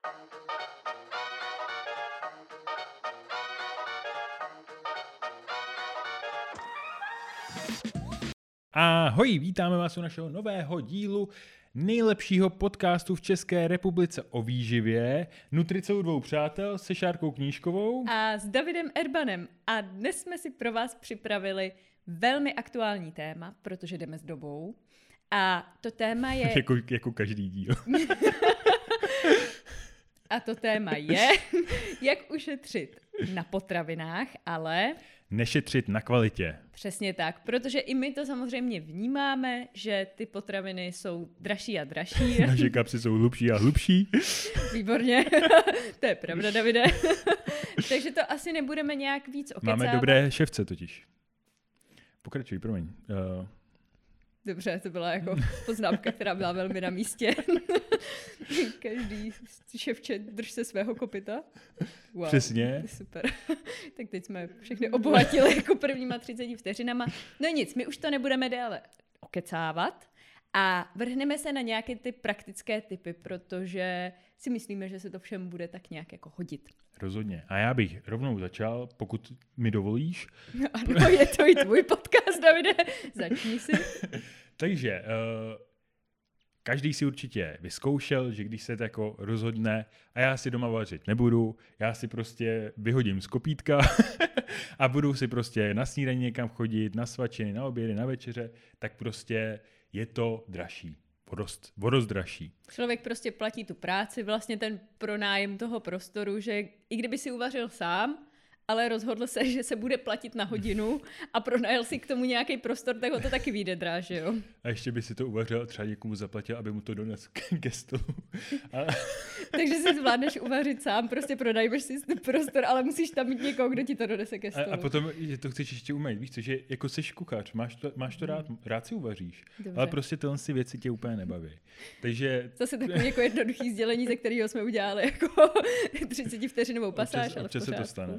Ahoj, vítáme vás u našeho nového dílu nejlepšího podcastu v České republice o výživě, nutrice u dvou přátel se Šárkou Knížkovou a s Davidem Erbanem. A dnes jsme si pro vás připravili velmi aktuální téma, protože jdeme s dobou. A to téma je... jako každý díl. A to téma je, jak ušetřit na potravinách, ale... nešetřit na kvalitě. Přesně tak, protože i my to samozřejmě vnímáme, že ty potraviny jsou dražší a dražší. Naše kapsy jsou hlubší a hlubší. Výborně, to je pravda, Davide. Takže to asi nebudeme nějak víc okecávat. Máme dobré ševce totiž. Pokračuj, promiň. Dobře, to byla jako poznámka, která byla velmi na místě. Každý ševče, drž se svého kopyta. Wow, přesně. Super. Tak teď jsme všechny obohatili jako prvníma 30 vteřinama. No nic, my už to nebudeme déle okecávat a vrhneme se na nějaké ty praktické tipy, protože si myslíme, že se to všem bude tak nějak jako hodit. Rozhodně. A já bych rovnou začal, pokud mi dovolíš. No ano, je to i tvůj podcast, Davide. Začni si. Takže každý si určitě vyzkoušel, že když se jako rozhodne a já si doma vařit nebudu, já si prostě vyhodím z kopítka a budu si prostě na snídaní někam chodit, na svačiny, na obědy, na večeře, tak prostě je to dražší. Vodost dražší. Člověk prostě platí tu práci, vlastně ten pronájem toho prostoru, že i kdyby si uvařil sám, ale rozhodl se, že se bude platit na hodinu a pronajal si k tomu nějaký prostor, tak ho to taky vyjde dráž, jo? A ještě by si to uvařil a třeba někomu zaplatil, aby mu to donesl ke stolu. Takže si zvládneš uvařit sám, prostě pronajmeš si prostor, ale musíš tam mít někoho, kdo ti to donese ke stolu. A potom, že to chceš ještě umýt, víš co, že jako seš kuchař, máš to rád si uvaříš, dobře. Ale prostě tyhle si věci tě úplně nebaví. Takže... Zase takové jako jednoduchý sdělení, ze kterého jsme udělali jako 30 vteřinovou pasáž, občas se to stane.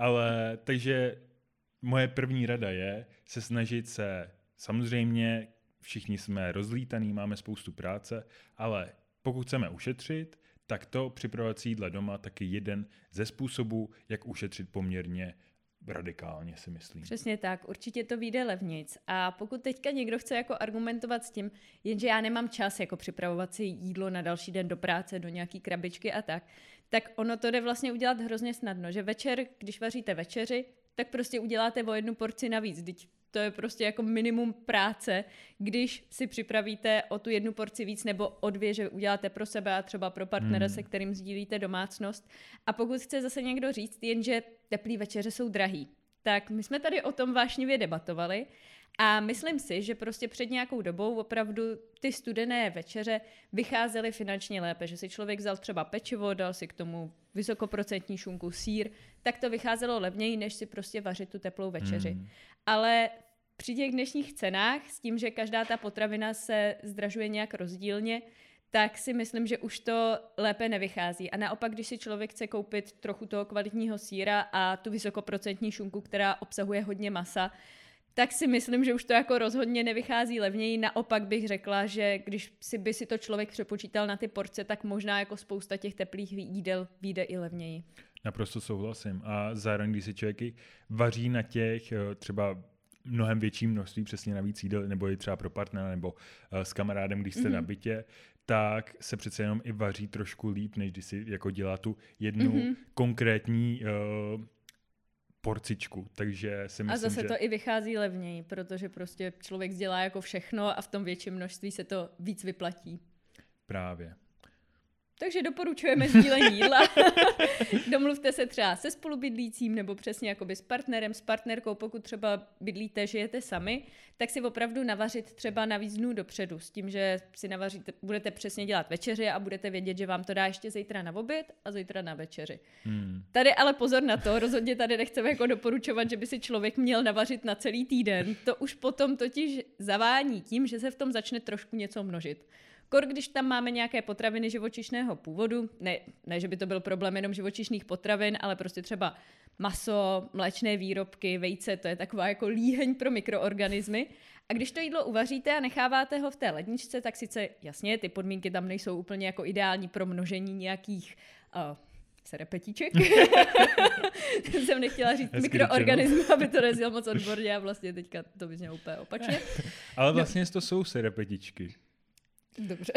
Ale takže moje první rada je se snažit se, samozřejmě všichni jsme rozlítaný, máme spoustu práce, ale pokud chceme ušetřit, tak to připravovat si jídla doma taky jeden ze způsobů, jak ušetřit poměrně radikálně, si myslím. Přesně tak, určitě to vyjde levnic. A pokud teďka někdo chce jako argumentovat s tím, jenže já nemám čas jako připravovat si jídlo na další den do práce, do nějaký krabičky a tak ono to jde vlastně udělat hrozně snadno, že večer, když vaříte večeři, tak prostě uděláte o 1 porci navíc. Vždyť to je prostě jako minimum práce, když si připravíte o tu 1 porci víc nebo o 2, že uděláte pro sebe a třeba pro partnera, se kterým sdílíte domácnost. A pokud chce zase někdo říct, jenže teplý večeře jsou drahý, tak my jsme tady o tom vášnivě debatovali a myslím si, že prostě před nějakou dobou opravdu ty studené večeře vycházely finančně lépe, že si člověk vzal třeba pečivo, dal si k tomu vysokoprocentní šunku, sýr, tak to vycházelo levněji, než si prostě vařit tu teplou večeři. Ale při těch dnešních cenách, s tím, že každá ta potravina se zdražuje nějak rozdílně, tak si myslím, že už to lépe nevychází. A naopak, když si člověk chce koupit trochu toho kvalitního sýra a tu vysokoprocentní šunku, která obsahuje hodně masa, tak si myslím, že už to jako rozhodně nevychází levněji. Naopak bych řekla, že když by si to člověk přepočítal na ty porce, tak možná jako spousta těch teplých jídel vyjde i levněji. Naprosto souhlasím. A zároveň, když si člověk vaří na těch třeba mnohem větší množství, přesně navíc jídel, nebo i třeba pro partnera, nebo s kamarádem, když jste na bytě, tak se přece jenom i vaří trošku líp, než když si jako dělá tu jednu konkrétní porcičku, takže si myslím, a zase že... to i vychází levněji, protože prostě člověk dělá jako všechno a v tom větším množství se to víc vyplatí. Právě. Takže doporučujeme sdílení jídla. Domluvte se třeba se spolubydlícím nebo přesně jakoby s partnerem, s partnerkou, pokud třeba bydlíte, žijete sami, tak si opravdu navařit třeba na víc dnů dopředu s tím, že si navaříte, budete přesně dělat večeři a budete vědět, že vám to dá ještě zítra na oběd a zítra na večeři. Tady ale pozor na to, rozhodně tady nechceme jako doporučovat, že by si člověk měl navařit na celý týden. To už potom totiž zavání tím, že se v tom začne trošku něco množit. Kor, když tam máme nějaké potraviny živočišného původu, ne, že by to byl problém jenom živočišných potravin, ale prostě třeba maso, mléčné výrobky, vejce, to je taková jako líheň pro mikroorganismy. A když to jídlo uvaříte a necháváte ho v té ledničce, tak sice jasně, ty podmínky tam nejsou úplně jako ideální pro množení nějakých serepetiček. Jsem nechtěla říct mikroorganismy, aby to neznělo moc odborně a vlastně teďka to by znělo úplně opačně. Ale vlastně to jsou serepetičky. Dobře.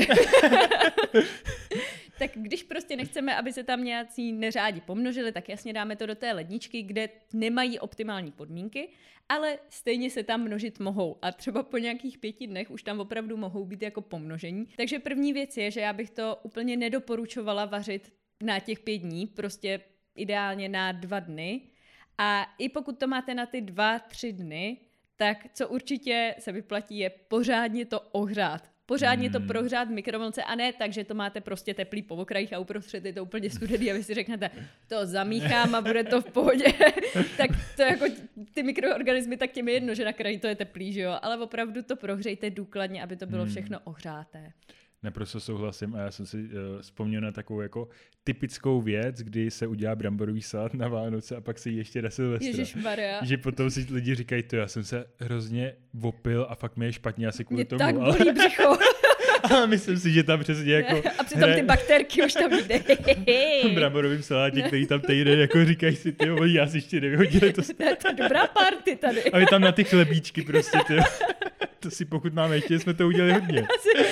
Tak když prostě nechceme, aby se tam nějací neřádi pomnožili, tak jasně dáme to do té ledničky, kde nemají optimální podmínky, ale stejně se tam množit mohou. A třeba po nějakých 5 dnech už tam opravdu mohou být jako pomnožení. Takže první věc je, že já bych to úplně nedoporučovala vařit na těch 5 dní, prostě ideálně na 2 dny. A i pokud to máte na ty 2-3 dny, tak co určitě se vyplatí je pořádně to ohřát. Pořádně to prohřát v mikrovlnce a ne tak, že to máte prostě teplý po okrajích a uprostřed je to úplně studený a vy si řeknete, to zamíchám a bude to v pohodě. Tak to jako ty mikroorganismy, tak těm je jedno, že na kraji to je teplý, že jo? Ale opravdu to prohřejte důkladně, aby to bylo všechno ohřáté. Naprosto souhlasím a já jsem si vzpomněl na takovou jako typickou věc, kdy se udělá bramborový salát na Vánoce a pak se jí ještě na Silvestra. Ježišmarja. Že potom si lidi říkají, to já jsem se hrozně vopil a fakt mi je špatně asi kvůli tomu. Tak bolí břicho. Ale myslím si, že tam přesně jako... A přitom ty bakterky už tam jde. V bramborovém salátě, který tam týden jako říkají si, ty já si ještě nevyhodili to. To je dobrá party tady. A vy tam na ty chlebíčky prostě, ty. To si pokud máme ještě, jsme to udělali hodně.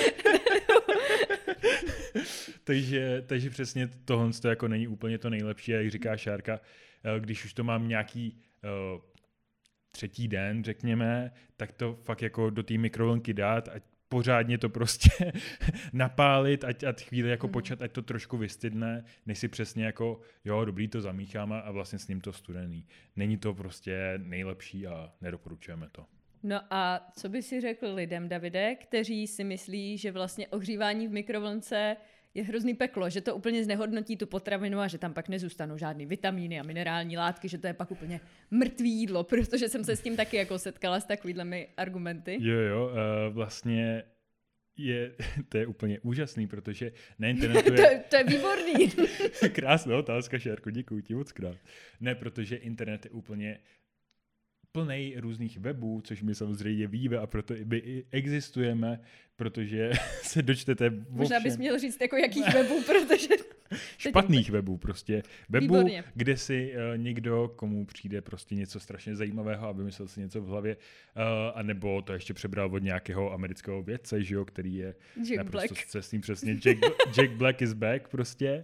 takže přesně tohle to jako není úplně to nejlepší, jak říká Šárka, když už to mám nějaký 3. den, řekněme, tak to fakt jako do té mikrovlnky dát a pořádně to prostě napálit, ať chvíli jako počkat, ať to trošku vystydne, než si přesně jako, jo, dobrý, to zamícháme a vlastně s ním to studený. Není to prostě nejlepší a nedoporučujeme to. No a co by si řekl lidem, Davide, kteří si myslí, že vlastně ohřívání v mikrovlnce je hrozný peklo, že to úplně znehodnotí tu potravinu a že tam pak nezůstanou žádný vitamíny a minerální látky, že to je pak úplně mrtvý jídlo, protože jsem se s tím taky jako setkala s takovýhlemi argumenty. Jo, vlastně to je úplně úžasný, protože na internetu je... to je výborný. Krásná otázka, Šárko, děkuji ti moc krát. Ne, protože internet je úplně plnej různých webů, což my samozřejmě víme a proto i existujeme, protože se dočtete o všem. Možná bys měl říct jako jakých webů, protože... Špatných webů prostě. Webů, Výborně. kde si někdo, komu přijde prostě něco strašně zajímavého a vymyslel si něco v hlavě, anebo to ještě přebral od nějakého amerického vědce, že jo, který je Jack naprosto Black. scestný, přesně. Jack Black is back prostě.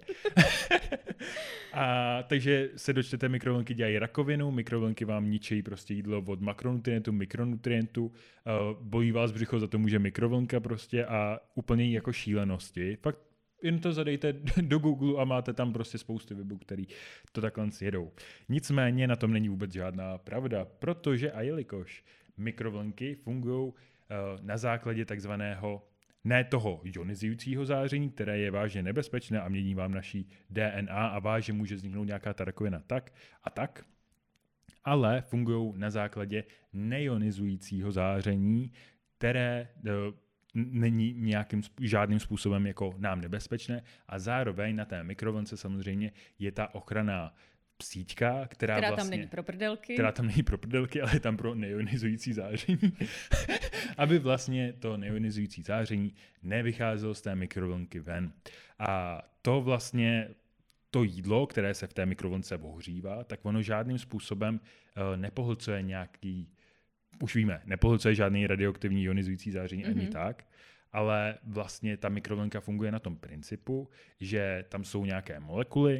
A takže se dočtete, mikrovlnky dělají rakovinu, mikrovlnky vám ničejí prostě jídlo od makronutrientů, mikronutrientů, bolí vás břicho, za to může mikrovlnka prostě a úplně jako šílenosti. Fakt jen to zadejte do Google a máte tam prostě spoustu webů, který to takhle jedou. Nicméně na tom není vůbec žádná pravda, protože a jelikož mikrovlnky fungují na základě takzvaného ne toho ionizujícího záření, které je vážně nebezpečné a mění vám naší DNA a vážně může vzniknout nějaká ta rakovina tak a tak, ale fungují na základě neionizujícího záření, které není žádným způsobem jako nám nebezpečné a zároveň na té mikrovlnce samozřejmě je ta ochranná síťka, která vlastně, tam není pro prdelky. Která tam není pro prdelky, ale je tam pro neionizující záření. Aby vlastně to neionizující záření nevycházelo z té mikrovlnky ven. A to vlastně to jídlo, které se v té mikrovlnce ohřívá, tak ono žádným způsobem nepohlcuje nějaký, už víme, nepohlcuje žádný radioaktivní ionizující záření ani tak, ale vlastně ta mikrovlnka funguje na tom principu, že tam jsou nějaké molekuly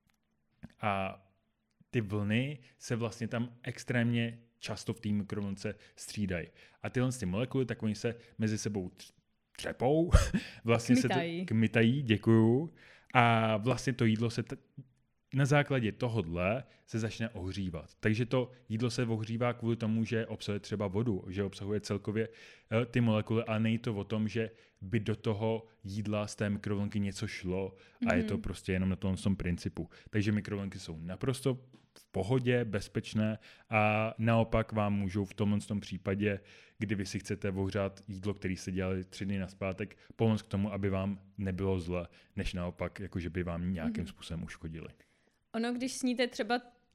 a ty vlny se vlastně tam extrémně často v té mikrovlnce střídají. A tyhle ty molekuly, tak oni se mezi sebou třepou, vlastně kmitají. se to kmitají, děkuju, a vlastně to jídlo se na základě tohodle se začne ohřívat. Takže to jídlo se ohřívá kvůli tomu, že obsahuje třeba vodu, že obsahuje celkově ty molekuly, ale není to o tom, že by do toho jídla z té mikrovlnky něco šlo a je to prostě jenom na tom principu. Takže mikrovlnky jsou naprosto v pohodě, bezpečné a naopak vám můžou v tomhle případě, kdy vy si chcete ohřát jídlo, které se dělali 3 dny nazpátek, pomoct k tomu, aby vám nebylo zle, než naopak, jakože by vám nějakým způsobem uškodili. Ono, když sníte třeba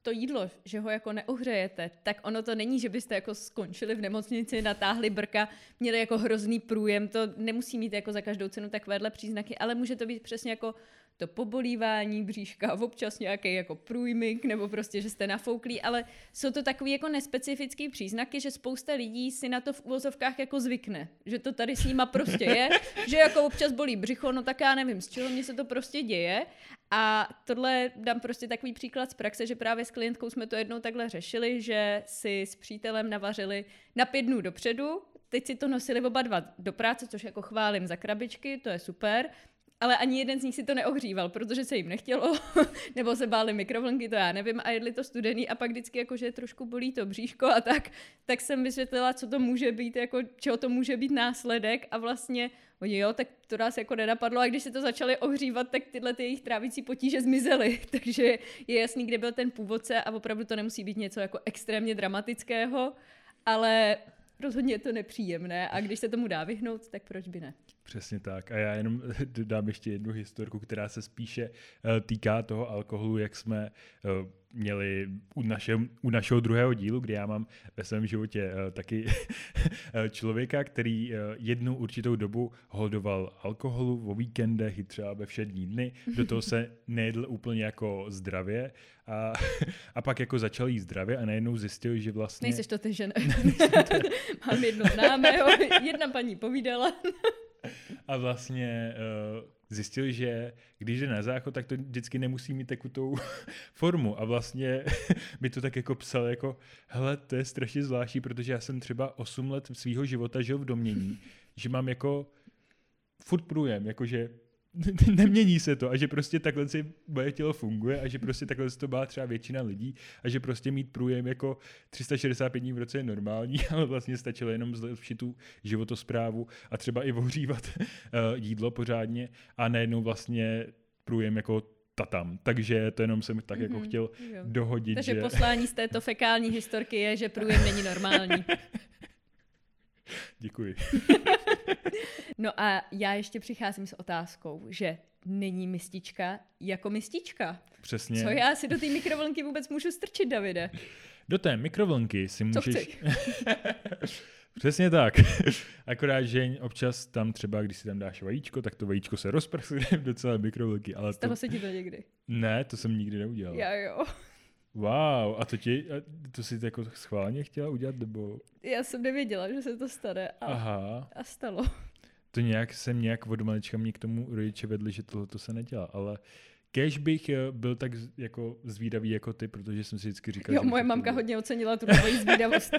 to jídlo, že ho jako neohřejete, tak ono to není, že byste jako skončili v nemocnici, natáhli brka, měli jako hrozný průjem, to nemusí mít jako za každou cenu takovéhle příznaky, ale může to být přesně jako to pobolívání bříška, občas nějaký jako průjmink, nebo prostě, že jste nafouklí, ale jsou to takový jako nespecifický příznaky, že spousta lidí si na to v uvozovkách jako zvykne, že to tady s nima prostě je, že jako občas bolí břicho, no tak já nevím, z čeho mně se to prostě děje. A tohle dám prostě takový příklad z praxe, že právě s klientkou jsme to jednou takhle řešili, že si s přítelem navařili na 5 dnů dopředu, teď si to nosili oba dva do práce, což jako chválím za krabičky, to je super, ale ani jeden z nich si to neohříval, protože se jim nechtělo, nebo se báli mikrovlnky, to já nevím, a jedli to studený a pak vždycky jako, že trošku bolí to bříško a tak jsem vysvětlila, co to může být, jako čeho to může být následek a vlastně oni jo, tak to nás jako nenapadlo a když se to začali ohřívat, tak tyhle ty jejich trávicí potíže zmizely, takže je jasný, kde byl ten původce a opravdu to nemusí být něco jako extrémně dramatického, ale rozhodně je to nepříjemné a když se tomu dá vyhnout, tak proč by ne? Přesně tak. A já jenom dodám ještě jednu historku, která se spíše týká toho alkoholu, jak jsme měli u našeho druhého dílu, kdy já mám ve svém životě taky člověka, který jednu určitou dobu holdoval alkoholu o víkendech i třeba ve všední dny. Do toho se nejedl úplně jako zdravě a pak jako začal jíst zdravě a najednou zjistil, že vlastně... Nejseš to ty, že ne? Mám jedno známého, jedna paní povídala. A vlastně zjistil, že když jde na záchod, tak to vždycky nemusí mít takovou formu. A vlastně by to tak jako psal, jako hele, to je strašně zvláštní, protože já jsem třeba 8 let svýho života žil v domnění, že mám jako furt průjem, jakože nemění se to a že prostě takhle si moje tělo funguje a že prostě takhle si to má třeba většina lidí a že prostě mít průjem jako 365 dní v roce je normální, ale vlastně stačilo jenom zlepšit tu životosprávu a třeba i ohřívat jídlo pořádně a najednou vlastně průjem jako tatam. Takže to jenom jsem tak jako chtěl dohodit. Takže poslání z této fekální historky je, že průjem není normální. Děkuji. No a já ještě přicházím s otázkou, že není mistička jako mistička. Přesně. Co já si do té mikrovlnky vůbec můžu strčit, Davide? Do té mikrovlnky si můžeš... Co chci? Přesně tak. Akorát, že občas tam třeba, když si tam dáš vajíčko, tak to vajíčko se rozprskne do celé mikrovlnky. Ale stalo se ti to někdy? Ne, to jsem nikdy neudělal. Já jo. Wow, a to si jako schválně chtěla udělat, nebo... Já jsem nevěděla, že se to stane a stalo. To jsem nějak od malička mě k tomu rodiče vedli, že tohleto se nedělá, ale kéž bych byl tak jako zvídavý jako ty, protože jsem si vždycky říkal, jo, moje mamka hodně ocenila tu tvoji zvídavost.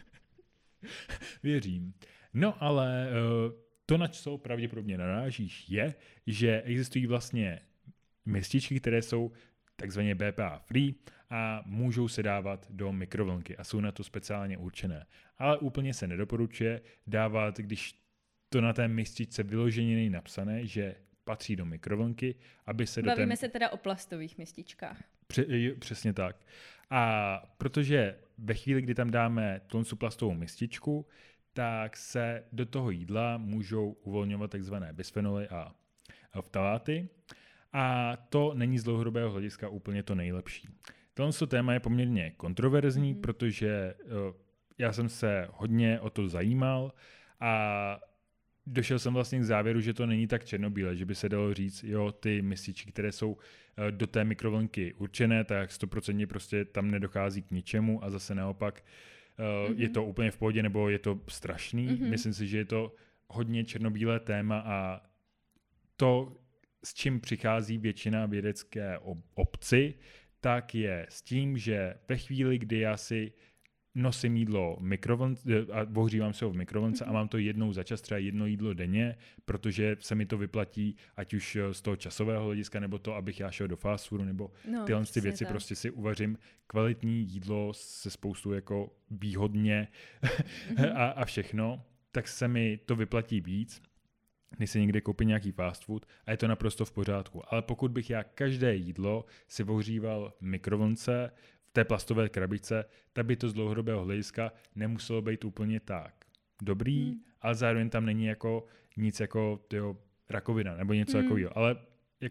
Věřím. No ale to, na co pravděpodobně narážíš, je, že existují vlastně mističky, které jsou takzvaně BPA free a můžou se dávat do mikrovlnky a jsou na to speciálně určené. Ale úplně se nedoporučuje dávat, když to na té mističce vyloženě není napsané, že patří do mikrovlnky, aby se Bavíme se teda o plastových mističkách. Přesně tak. A protože ve chvíli, kdy tam dáme tu plastovou mističku, tak se do toho jídla můžou uvolňovat takzvané bisfenoly a ftaláty. A to není z dlouhodobého hlediska úplně to nejlepší. Tohle téma je poměrně kontroverzní, protože já jsem se hodně o to zajímal a došel jsem vlastně k závěru, že to není tak černobílé, že by se dalo říct, jo, ty mističky, které jsou do té mikrovlnky určené, tak 100% prostě tam nedochází k ničemu a zase naopak je to úplně v pohodě nebo je to strašný. Myslím si, že je to hodně černobílé téma a to, s čím přichází většina vědecké obci, tak je s tím, že ve chvíli, kdy já si nosím jídlo a ohřívám se ho v mikrovlnce a mám to jednou za čas, třeba jedno jídlo denně, protože se mi to vyplatí, ať už z toho časového hlediska, nebo to, abych já šel do fast foodu, nebo tyhle ty věci, tak. Prostě si uvařím kvalitní jídlo se spoustou jako výhodně a všechno, tak se mi to vyplatí víc, než si někde koupit nějaký fast food a je to naprosto v pořádku. Ale pokud bych já každé jídlo si ohříval v mikrovlnce, v té plastové krabičce, tak by to z dlouhodobého hlediska nemuselo být úplně tak dobrý, ale zároveň tam není jako nic jako rakovina nebo něco takového. Ale jako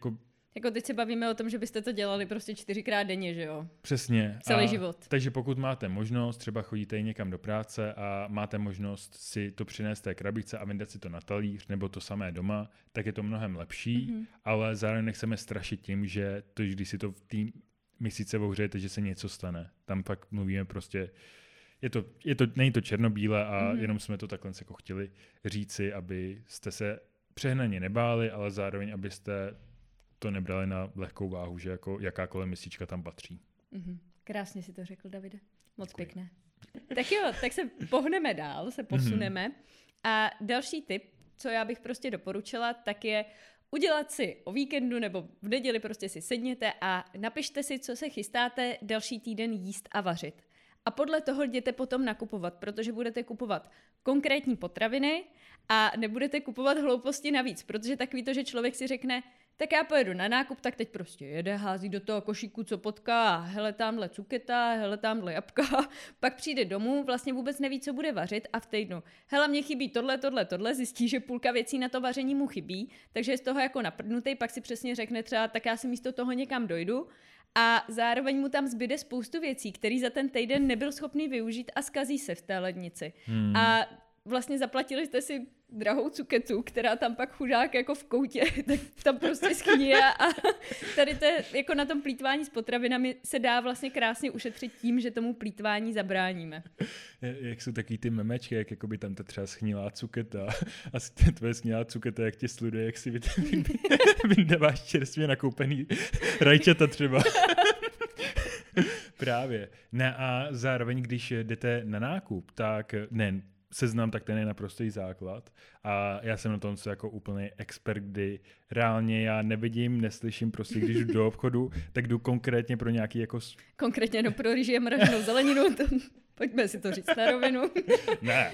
Jako teď se bavíme o tom, že byste to dělali prostě 4krát denně, že jo? Přesně. Celý život. Takže pokud máte možnost, třeba chodíte někam do práce a máte možnost si to přinést té krabičce a vyndat si to na talíř nebo to samé doma, tak je to mnohem lepší, ale zároveň nechceme strašit tím, že to, když si to v té měsíce ohřejete, že se něco stane. Tam pak mluvíme prostě, není to černobílé a jenom jsme to takhle jako chtěli říci, abyste se přehnaně nebáli, ale zároveň, abyste to nebrali na lehkou váhu, že jako jakákoliv mistička tam patří. Krásně si to řekl, Davide. Moc pěkné. Tak jo, tak se pohneme dál, se posuneme. A další tip, co já bych prostě doporučila, tak je udělat si o víkendu nebo v neděli prostě si sedněte a napište si, co se chystáte další týden jíst a vařit. A podle toho jděte potom nakupovat, protože budete kupovat konkrétní potraviny a nebudete kupovat hlouposti navíc, protože takový to, že člověk si řekne, tak já pojedu na nákup, tak teď prostě jede, hází do toho košíku, co potká, hele tamhle cuketa, hele tamhle jabka, pak přijde domů, vlastně vůbec neví, co bude vařit a v týdnu, hele, mě chybí tohle, zjistí, že půlka věcí na to vaření mu chybí, takže je z toho jako naprdnutej, pak si přesně řekne třeba, tak já si místo toho někam dojdu a zároveň mu tam zbyde spoustu věcí, který za ten týden nebyl schopný využít a zkazí se v té lednici. A vlastně zaplatili jste si drahou cuketu, která tam pak chudák jako v koutě, tak tam prostě schnije a tady to jako na tom plýtvání s potravinami se dá vlastně krásně ušetřit tím, že tomu plýtvání zabráníme. Jak jsou takový ty memečky, jak jakoby tam ta třeba schnilá cuketa a tvoje schnilá cuketa, jak tě sluduje, jak si vydáváš čerstvě nakoupený rajčata třeba. Právě. Ne, a zároveň, když jdete na nákup, tak seznam, tak ten je naprostý základ a já jsem na tom jako úplný expert, kdy reálně já nevidím, neslyším, prostě když jdu do obchodu, tak jdu konkrétně pro nějaký jako... Konkrétně pro rýži a mraženou zeleninu, to... Pojďme si to říct na rovinu. Ne,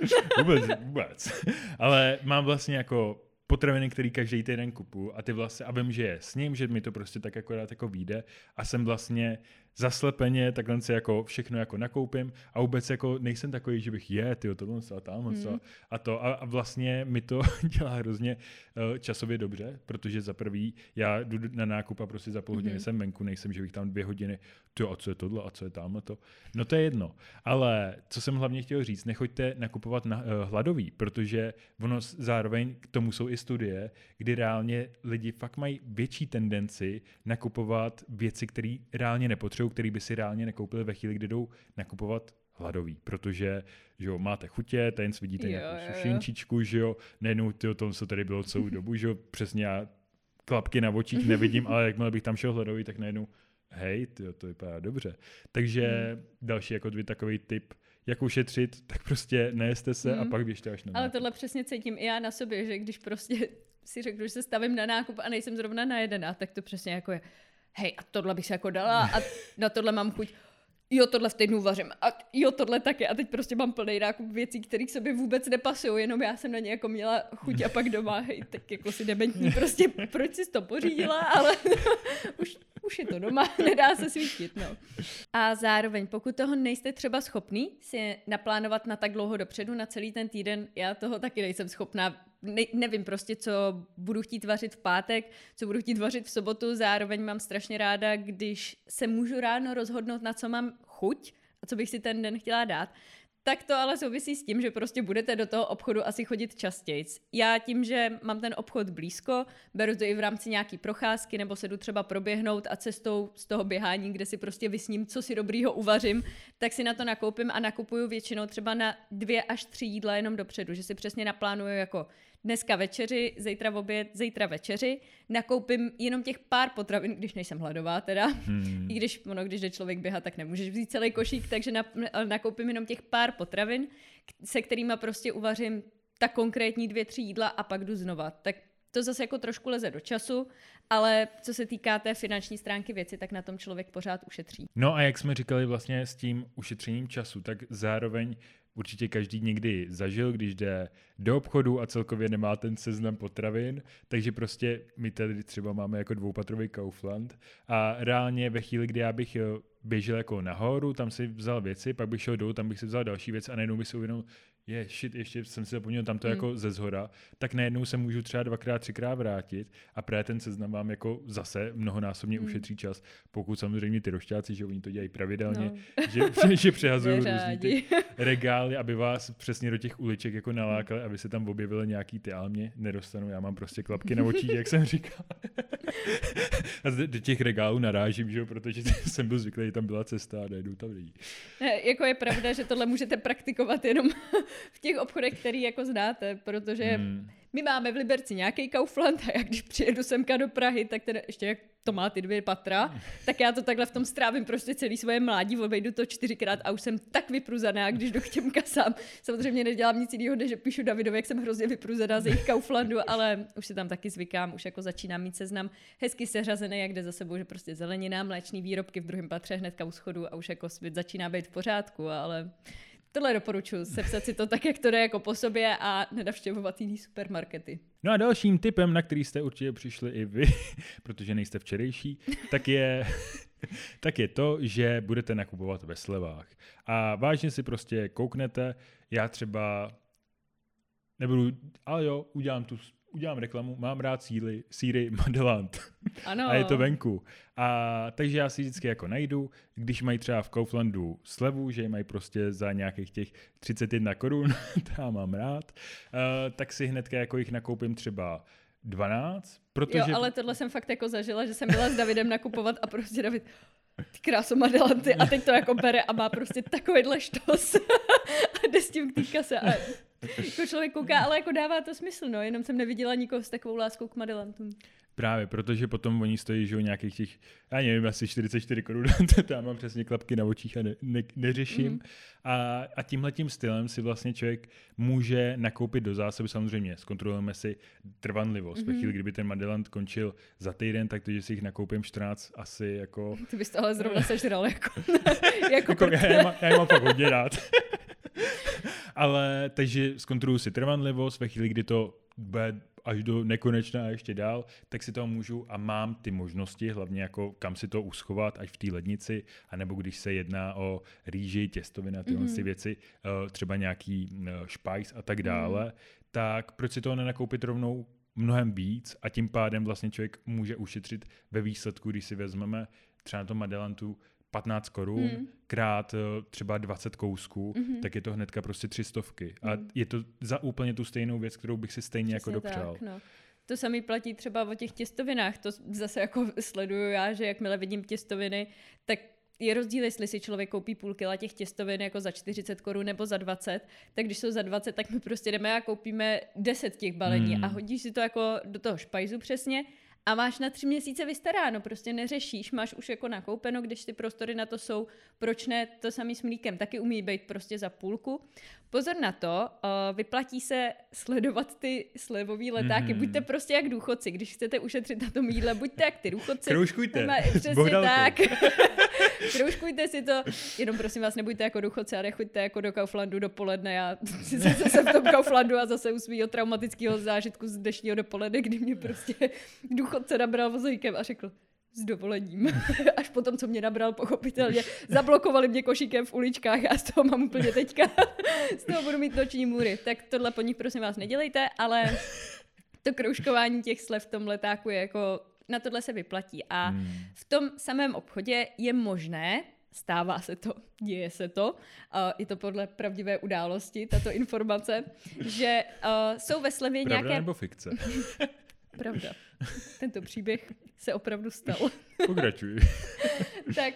vůbec. Ale mám vlastně jako potraviny, který každý týden kupuju a ty vlastně, a vím, že je s ním, že mi to prostě tak akorát jako vyjde a jsem vlastně zaslepeně, takhle si jako všechno jako nakoupím a vůbec jako nejsem takový, že bych tohle a tamhle a to a vlastně mi to dělá hrozně časově dobře, protože za prvý já jdu na nákup a prostě za půl hodiny jsem venku, nejsem, že bych tam 2 hodiny, a co je tohle a co je tamhle to. No to je jedno, ale co jsem hlavně chtěl říct, nechoďte nakupovat hladový, protože ono zároveň k tomu jsou i studie, kdy reálně lidi fakt mají větší tendenci nakupovat věci, které reálně nepotřebují, který by si reálně nekoupili ve chvíli, kdy jdou nakupovat hladový, protože že jo, máte chutě, ten vidíte nějakou sušenčičku, že jo, nejenom tom, co tady bylo celou dobu, že jo, přesně já klapky na očích nevidím, ale jakmile bych tam šel hladový, tak najednou hej, to vypadá dobře. Takže další jako takový tip, jak ušetřit, tak prostě nejeste se a pak běžte až na nákup. Ale tohle přesně cítím i já na sobě, že když prostě si řeknu, že se stavím na nákup a nejsem zrovna najedená, tak to přesně jako je, hej, a tohle bych se jako dala a na tohle mám chuť, jo, tohle v týdnu vařím a jo, tohle taky a teď prostě mám plný nákup věcí, které k sobě vůbec nepasují, jenom já jsem na ně jako měla chuť a pak doma, hej, tak jako si dementní, prostě proč jsi to pořídila, ale už je to doma, nedá se svítit, no. A zároveň, pokud toho nejste třeba schopný si naplánovat na tak dlouho dopředu, na celý ten týden, já toho taky nejsem schopná, nevím prostě, co budu chtít vařit v pátek, co budu chtít vařit v sobotu, zároveň mám strašně ráda, když se můžu ráno rozhodnout, na co mám chuť a co bych si ten den chtěla dát. Tak to ale souvisí s tím, že prostě budete do toho obchodu asi chodit častějc. Já tím, že mám ten obchod blízko, beru to i v rámci nějaký procházky, nebo se jdu třeba proběhnout a cestou z toho běhání, kde si prostě vysním, co si dobrýho uvařím, tak si na to nakoupím a nakupuju většinou třeba na 2 až 3 jídla jenom dopředu, že si přesně naplánuju jako dneska večeři, zítra oběd, zítra večeři, nakoupím jenom těch pár potravin, když nejsem hladová teda, i když jde člověk běhat, tak nemůžeš vzít celý košík, takže nakoupím jenom těch pár potravin, se kterýma prostě uvařím tak konkrétní 2-3 jídla a pak jdu znova. Tak to zase jako trošku leze do času, ale co se týká té finanční stránky věci, tak na tom člověk pořád ušetří. No a jak jsme říkali vlastně s tím ušetřením času, tak zároveň určitě každý někdy zažil, když jde do obchodu a celkově nemá ten seznam potravin, takže prostě my tady třeba máme jako 2patrový Kaufland a reálně ve chvíli, kdy já bych běžel jako nahoru, tam si vzal věci, pak bych šel dolů, tam bych si vzal další věc a najednou bych si uvědomil, ještě jsem si zapomněl tam to jako ze zhora, tak najednou se můžu třeba 2x, 3x vrátit a právě ten seznam vám jako zase mnohonásobně ušetří čas, pokud samozřejmě ty rošťáci, že oni to dělají pravidelně, že přehazují různý ty regály, aby vás přesně do těch uliček jako nalákali, aby se tam objevily nějaký ty, ale mě nedostanou, já mám prostě klapky na očích, jak jsem říkal. A do těch regálů narážím, že jo, protože jsem byl zvyklý, že tam byla cesta a nejdu tam lidi. Jako je pravda, že tohle můžete praktikovat jenom v těch obchodech, který jako znáte, protože my máme v Liberci nějaký Kaufland a já když přijedu semka do Prahy, tak teda ještě jak to má ty 2 patra, tak já to takhle v tom strávím prostě celý svoje mládí, obejdu to 4x a už jsem tak vypruzená, když jdu k těm kasám. Samozřejmě nedělám nic jiného, než že píšu Davidovi, jak jsem hrozně vypruzená z jejich Kauflandu, ale už si tam taky zvykám, už jako začínám mít seznam hezky seřazený, jak jde za sebou, že prostě zelenina, mléčný výrobky v druhém patře hnedka u schodu a už jako svět začíná být v pořádku, ale tohle doporučuji, sepsat si to tak, jak to jde jako po sobě a nenavštěvovat jiný supermarkety. No a dalším tipem, na který jste určitě přišli i vy, protože nejste včerejší, tak je to, že budete nakupovat ve slevách. A vážně si prostě kouknete, já třeba nebudu, ale jo, udělám reklamu, mám rád sýry Madelant. Ano. A je to venku. A takže já si vždycky jako najdu, když mají třeba v Kauflandu slevu, že mají prostě za nějakých těch 31 korun, to já mám rád, tak si hnedka jako jich nakoupím třeba 12, protože... Jo, ale tohle jsem fakt jako zažila, že jsem byla s Davidem nakupovat a prostě David, ty kráso Madelanty a teď to jako bere a má prostě takovýhle štos a jde s tím k té kase a jako člověk kouká, ale jako dává to smysl, no, jenom jsem neviděla nikoho s takovou láskou k Madelantům. Právě, protože potom oni stojí, že nějakých těch, já nevím, asi 44 korun, to já mám přesně klapky na očích a neřeším. A tímhletím stylem si vlastně člověk může nakoupit do zásoby, samozřejmě zkontrolujeme si trvanlivost. Ve chvíli, kdyby ten Madelant končil za týden, tak to, že si jich nakoupím 14 asi jako... Ty bys to ale zrovna sežral jako já je mám fakt hodně rád. Ale takže zkontroluji si trvanlivost, ve chvíli, kdy to bude až do nekonečna a ještě dál, tak si toho můžu a mám ty možnosti, hlavně jako kam si to uschovat, ať v té lednici, anebo když se jedná o rýži, těstovina, tyhle si věci, třeba nějaký špajs a tak dále, tak proč si toho nenakoupit rovnou mnohem víc a tím pádem vlastně člověk může ušetřit ve výsledku, když si vezmeme třeba na tom Madelantu 15 korun krát třeba 20 kousků, tak je to hnedka prostě 300. A je to za úplně tu stejnou věc, kterou bych si stejně jako dopřál. Tak, no. To samé platí třeba o těch těstovinách. To zase jako sleduju já, že jakmile vidím těstoviny, tak je rozdíl, jestli si člověk koupí půl kila těch těstovin jako za 40 korun nebo za 20, tak když jsou za 20, tak my prostě jdeme a koupíme 10 těch balení a hodíš si to jako do toho špajzu přesně a máš na 3 měsíce vystaráno, prostě neřešíš, máš už jako nakoupeno, když ty prostory na to jsou, proč ne, to samý s mlíkem, taky umí být prostě za půlku. Pozor na to, vyplatí se sledovat ty slevový letáky, buďte prostě jak důchodci, když chcete ušetřit na tom jídle, buďte jak ty důchodci. Kroužkujte. Přesně tak. Kroužkujte si to, jenom prosím vás, nebuďte jako důchodci a nechoďte jako do Kauflandu dopoledne. Já zase jsem v tom Kauflandu a zase u svýho traumatického zážitku z dnešního dopoledne, kdy mě prostě důchodce nabral vozíkem a řekl, s dovolením. Až potom, co mě nabral, pochopitelně, zablokovali mě košíkem v uličkách a z toho mám úplně teďka, z toho budu mít noční můry. Tak tohle po nich prosím vás nedělejte, ale to kroužkování těch slev v tom letáku je jako, na tohle se vyplatí. A v tom samém obchodě je možné, stává se to, děje se to, je to podle pravdivé události, tato informace, že jsou ve slevě Pravda nějaké... nebo fikce? Pravda. Tento příběh se opravdu stal. Pokračuj. Tak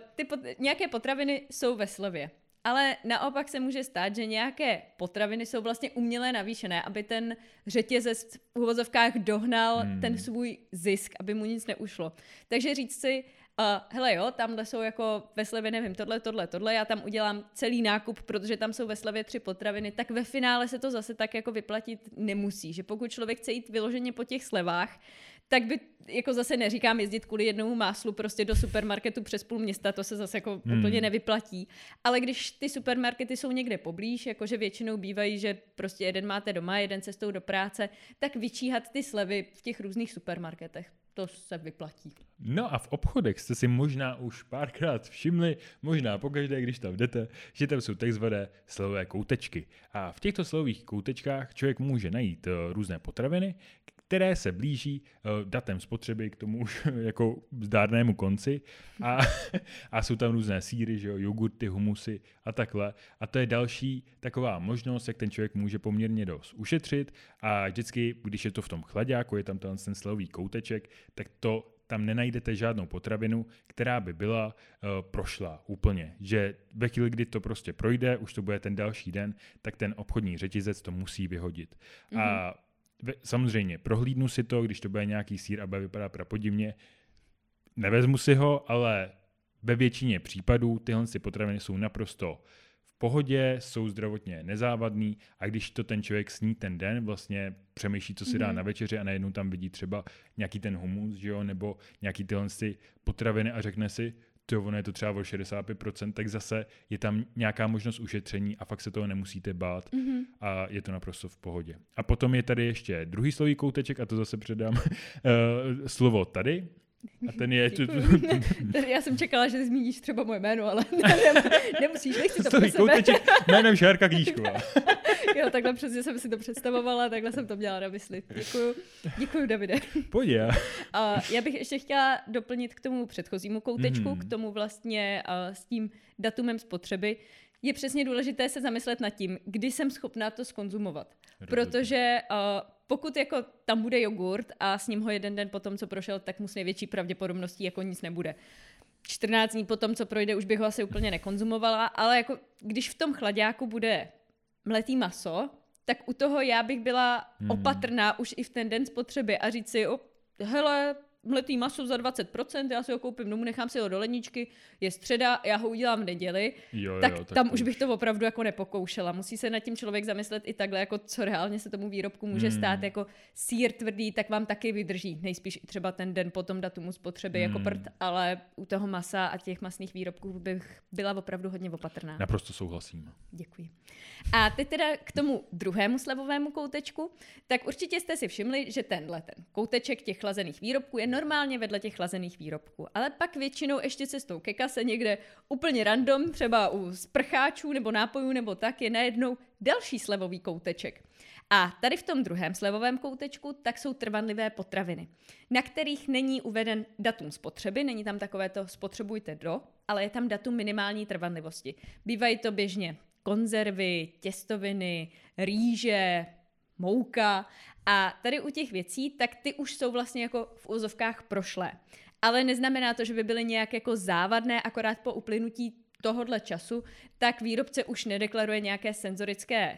nějaké potraviny jsou ve slevě. Ale naopak se může stát, že nějaké potraviny jsou vlastně uměle navýšené, aby ten řetězec v uvozovkách dohnal ten svůj zisk, aby mu nic neušlo. Takže říct si, hele jo, tamhle jsou jako ve slevě, nevím, tohle, já tam udělám celý nákup, protože tam jsou ve slevě 3 potraviny, tak ve finále se to zase tak jako vyplatit nemusí. Že pokud člověk chce jít vyloženě po těch slevách, tak by, jako zase neříkám jezdit kvůli jednomu máslu prostě do supermarketu přes půl města, to se zase jako úplně nevyplatí. Ale když ty supermarkety jsou někde poblíž, jakože většinou bývají, že prostě jeden máte doma, jeden cestou do práce, tak vyčíhat ty slevy v těch různých supermarketech. to se vyplatí. No a v obchodech jste si možná už párkrát všimli, možná pokaždé, když tam jdete, že tam jsou takzvané slevové koutečky. A v těchto slevových koutečkách člověk může najít různé potraviny, které se blíží datem spotřeby k tomu už jako zdárnému konci a jsou tam různé sýry, že jo, jogurty, humusy a takhle. A to je další taková možnost, jak ten člověk může poměrně dost ušetřit a vždycky, když je to v tom chlaďáku, je tam ten slevový kouteček, tak to tam nenajdete žádnou potravinu, která by byla prošla úplně. Že ve chvíli, kdy to prostě projde, už to bude ten další den, tak ten obchodní řetězec to musí vyhodit. Mm-hmm. A samozřejmě, prohlídnu si to, když to bude nějaký sýr a bude vypadat prapodivně, nevezmu si ho, ale ve většině případů tyhle potraviny jsou naprosto v pohodě, jsou zdravotně nezávadný a když to ten člověk sní ten den, vlastně přemýšlí, co si dá na večeři a najednou tam vidí třeba nějaký ten humus, že jo, nebo nějaký tyhle potraviny a řekne si, ono je to třeba o 65%, tak zase je tam nějaká možnost ušetření a fakt se toho nemusíte bát a je to naprosto v pohodě. A potom je tady ještě druhý slový kouteček a to zase předám slovo tady. A ten je... Já jsem čekala, že zmíníš třeba moje jméno, ale nemusíš, nechci to pro sebe. Kouteček jménem Šárka Knížková. Jo, takhle přesně jsem si to představovala, takhle jsem to měla na mysli. Děkuju, Davide. Pojď já. Já bych ještě chtěla doplnit k tomu předchozímu koutečku, k tomu vlastně s tím datumem spotřeby. Je přesně důležité se zamyslet nad tím, kdy jsem schopná to zkonzumovat. Protože pokud jako tam bude jogurt a s ním ho jeden den potom, co prošel, tak mu s největší pravděpodobností jako nic nebude. 14 dní potom, co projde, už bych ho asi úplně nekonzumovala, ale jako když v tom chlaďáku bude mletý maso, tak u toho já bych byla opatrná už i v ten den spotřeby a říct si, hele, mletý maso za 20%, já si ho koupím domů, nechám si ho do ledničky, je středa, já ho udělám v neděli, tak tam už bych to opravdu jako nepokoušela. Musí se nad tím člověk zamyslet i takhle, jako co reálně se tomu výrobku může stát, jako sýr tvrdý, tak vám taky vydrží. Nejspíš i třeba ten den po tom datumu spotřeby jako prd, ale u toho masa a těch masných výrobků bych byla opravdu hodně opatrná. Naprosto souhlasím. Děkuji. A teď teda k tomu druhému slevovému koutečku, tak určitě jste si všimli, že ten kouteček těch chlazených výrobků je normálně vedle těch chlazených výrobků, ale pak většinou ještě cestou ke kase někde úplně random, třeba u sprcháčů nebo nápojů nebo tak, je najednou další slevový kouteček. A tady v tom druhém slevovém koutečku tak jsou trvanlivé potraviny, na kterých není uveden datum spotřeby, není tam takové to spotřebujte ale je tam datum minimální trvanlivosti. Bývají to běžně konzervy, těstoviny, rýže, mouka a tady u těch věcí, tak ty už jsou vlastně jako v úzovkách prošlé. Ale neznamená to, že by byly nějak jako závadné, akorát po uplynutí tohodle času, tak výrobce už nedeklaruje nějaké senzorické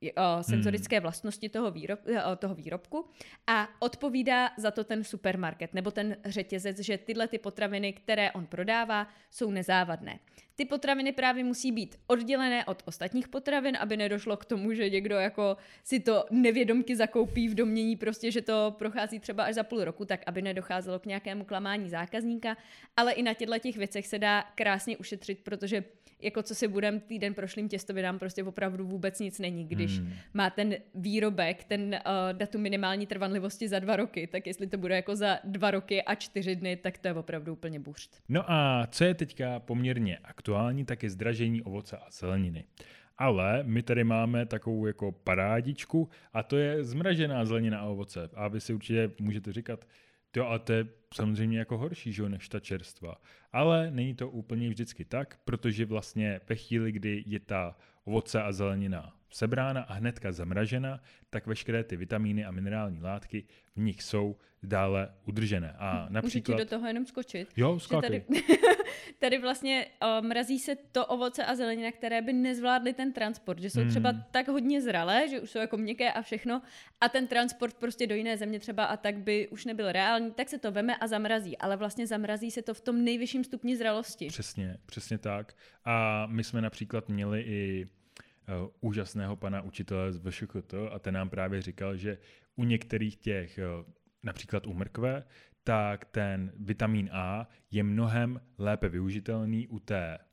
vlastnosti toho výrobku a odpovídá za to ten supermarket nebo ten řetězec, že tyhle ty potraviny, které on prodává, jsou nezávadné. Ty potraviny právě musí být oddělené od ostatních potravin, aby nedošlo k tomu, že někdo jako si to nevědomky zakoupí v domnění prostě, že to prochází třeba až za půl roku, tak aby nedocházelo k nějakému klamání zákazníka, ale i na těchto věcech se dá krásně ušetřit, protože jako co si budem týden prošlým těstovinám prostě opravdu vůbec nic není, když má ten výrobek, ten datum minimální trvanlivosti za 2 roky, tak jestli to bude jako za 2 roky a 4 dny, tak to je opravdu úplně buřt. No a co je teďka poměrně aktuální, tak je zdražení ovoce a zeleniny. Ale my tady máme takovou jako parádičku a to je zmražená zelenina a ovoce. A vy si určitě můžete říkat, ale to je samozřejmě jako horší, že, než ta čerstva. Ale není to úplně vždycky tak, protože vlastně ve chvíli, kdy je ta ovoce a zelenina sebrána a hnedka zamražena, tak veškeré ty vitamíny a minerální látky v nich jsou dále udržené. A například... Můžu ti do toho jenom skočit? Jo, skákej. Tady vlastně mrazí se to ovoce a zelenina, které by nezvládly ten transport, že jsou třeba tak hodně zralé, že už jsou jako měkké a všechno a ten transport prostě do jiné země třeba a tak by už nebyl reálný, tak se to veme a zamrazí, ale vlastně zamrazí se to v tom nejvyšším stupni zralosti. Přesně tak. A my jsme například měli i úžasného pana učitele z VŠKT a ten nám právě říkal, že u některých těch, například u mrkve, tak ten vitamin A je mnohem lépe využitelný u té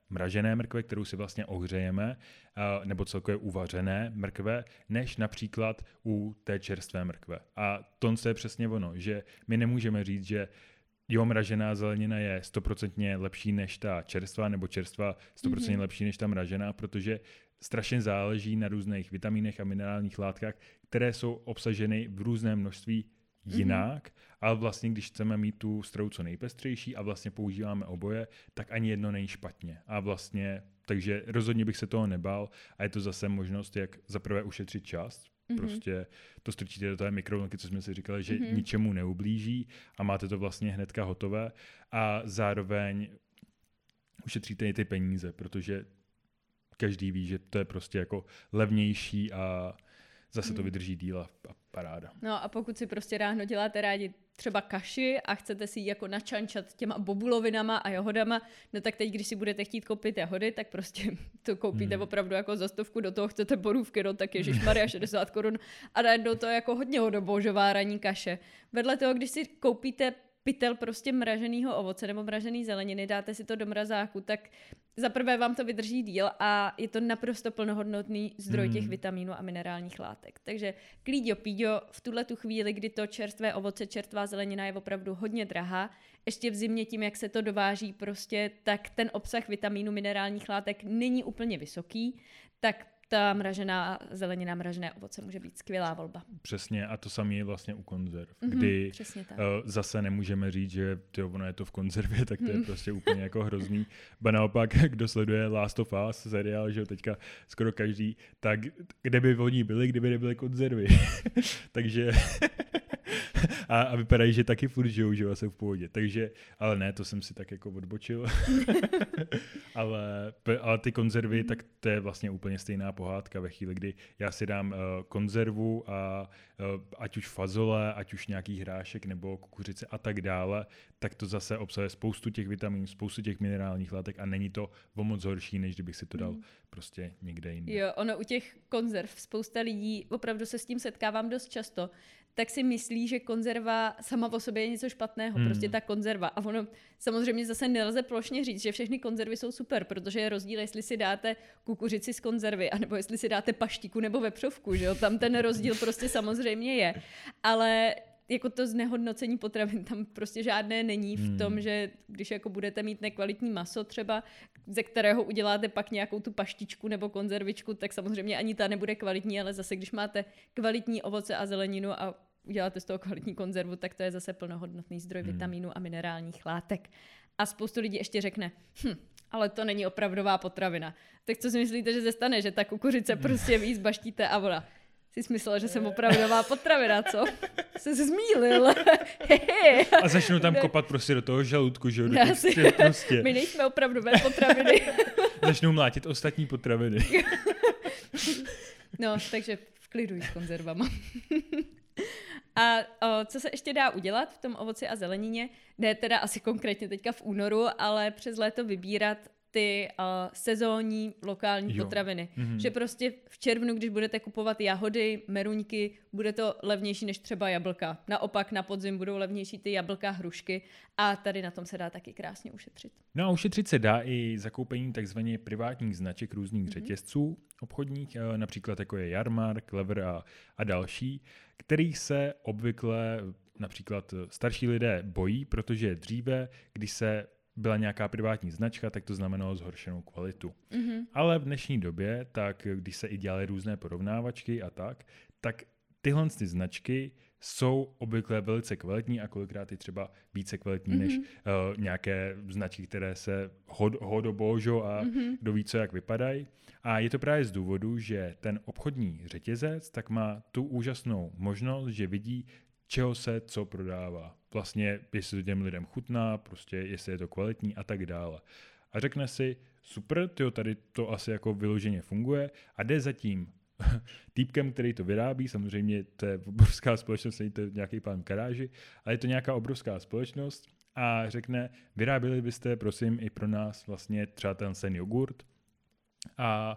mražené mrkve, kterou si vlastně ohřejeme, nebo celkově uvařené mrkve, než například u té čerstvé mrkve. A to je přesně ono, že my nemůžeme říct, že jo, mražená zelenina je 100% lepší než ta čerstvá, nebo čerstvá 100% lepší než ta mražená, protože strašně záleží na různých vitamínech a minerálních látkách, které jsou obsaženy v různém množství jinak, ale vlastně když chceme mít tu stravu co nejpestřejší a vlastně používáme oboje, tak ani jedno není špatně. A vlastně, takže rozhodně bych se toho nebál a je to zase možnost, jak zaprvé ušetřit čas. Prostě to strčíte do té mikrovlnky, co jsme si říkali, že ničemu neublíží a máte to vlastně hnedka hotové a zároveň ušetříte i ty peníze, protože každý ví, že to je prostě jako levnější a zase to vydrží díl a paráda. No a pokud si prostě ráno děláte rádi třeba kaši a chcete si ji jako načančat těma bobulovinama a jahodama, no tak teď, když si budete chtít koupit jahody, tak prostě to koupíte opravdu jako za 100, do toho chcete borůvky, no tak ježišmarja 60 korun a najednou to je jako hodně hodobožová ranní kaše. Vedle toho, když si koupíte pytel prostě mraženého ovoce nebo mražený zeleniny, dáte si to do mrazáku, tak zaprvé vám to vydrží díl a je to naprosto plnohodnotný zdroj těch vitamínů a minerálních látek. Takže klíďo píďo, v tuhletu chvíli, kdy to čerstvé ovoce, čerstvá zelenina je opravdu hodně drahá, ještě v zimě tím, jak se to dováží prostě, tak ten obsah vitamínů, minerálních látek není úplně vysoký, tak ta mražená zelenina, mražené ovoce může být skvělá volba. Přesně, a to samé je vlastně u konzerv, kdy zase nemůžeme říct, že ono je to v konzervě, tak to je prostě úplně jako hrozný. Ba naopak, kdo sleduje Last of Us seriál, že teďka skoro každý, tak kde by oni byli, kdyby nebyly konzervy. Takže a vypadají, že taky furt žijou, že jsou v pohodě. Takže, ale ne, to jsem si tak jako odbočil. ale ty konzervy, tak to je vlastně úplně stejná pohádka ve chvíli, kdy já si dám konzervu a ať už fazole, ať už nějaký hrášek nebo kukuřice a tak dále, tak to zase obsahuje spoustu těch vitamínů, spoustu těch minerálních látek a není to o moc horší, než kdybych si to dal prostě někde jinde. Jo, ono u těch konzerv, spousta lidí, opravdu se s tím setkávám dost často, tak si myslí, že konzerva sama o sobě je něco špatného, prostě ta konzerva. A ono samozřejmě zase nelze plošně říct, že všechny konzervy jsou super, protože je rozdíl, jestli si dáte kukuřici z konzervy, anebo jestli si dáte paštiku nebo vepřovku, že jo? Tam ten rozdíl prostě samozřejmě je. Ale jako to znehodnocení potravin tam prostě žádné není v tom, že když jako budete mít nekvalitní maso třeba, ze kterého uděláte pak nějakou tu paštičku nebo konzervičku, tak samozřejmě ani ta nebude kvalitní, ale zase když máte kvalitní ovoce a zeleninu a uděláte z toho kvalitní konzervu, tak to je zase plnohodnotný zdroj vitamínů a minerálních látek. A spoustu lidí ještě řekne, ale to není opravdová potravina. Tak co si myslíte, že se stane, že ta kukuřice prostě víc baštíte a ona jsi smyslela, že jsem opravdová potravina, co? Jsi se zmýlil. A začnou tam kopat prostě do toho žaludku, že jo? Prostě. My nejsme opravdové potraviny. Začnou mlátit ostatní potraviny. No, takže v klidu s konzervama. A co se ještě dá udělat v tom ovoci a zelenině? Ne teda asi konkrétně teďka v únoru, ale přes léto vybírat ty sezónní lokální potraviny. Že prostě v červnu, když budete kupovat jahody, meruňky, bude to levnější než třeba jablka. Naopak na podzim budou levnější ty jablka, hrušky a tady na tom se dá taky krásně ušetřit. No a ušetřit se dá i zakoupením takzvaně privátních značek různých řetězců obchodních, například jako je Jarmark, Clever a další, kterých se obvykle například starší lidé bojí, protože dříve, když se byla nějaká privátní značka, tak to znamenalo zhoršenou kvalitu. Ale v dnešní době, tak když se i dělaly různé porovnávačky a tak tyhle ty značky jsou obvykle velice kvalitní a kolikrát i třeba více kvalitní než nějaké značky, které se hodobožo a kdo ví, co jak vypadají. A je to právě z důvodu, že ten obchodní řetězec tak má tu úžasnou možnost, že vidí, čeho se co prodává. Vlastně, jestli to těm lidem chutná, prostě jestli je to kvalitní a tak dále. A řekne si, super, tady to asi jako vyloženě funguje a jde za tím týpkem, který to vyrábí, samozřejmě to je obrovská společnost, není to nějaký pán v garáži, ale je to nějaká obrovská společnost a řekne, vyráběli byste, prosím, i pro nás vlastně třeba ten jogurt a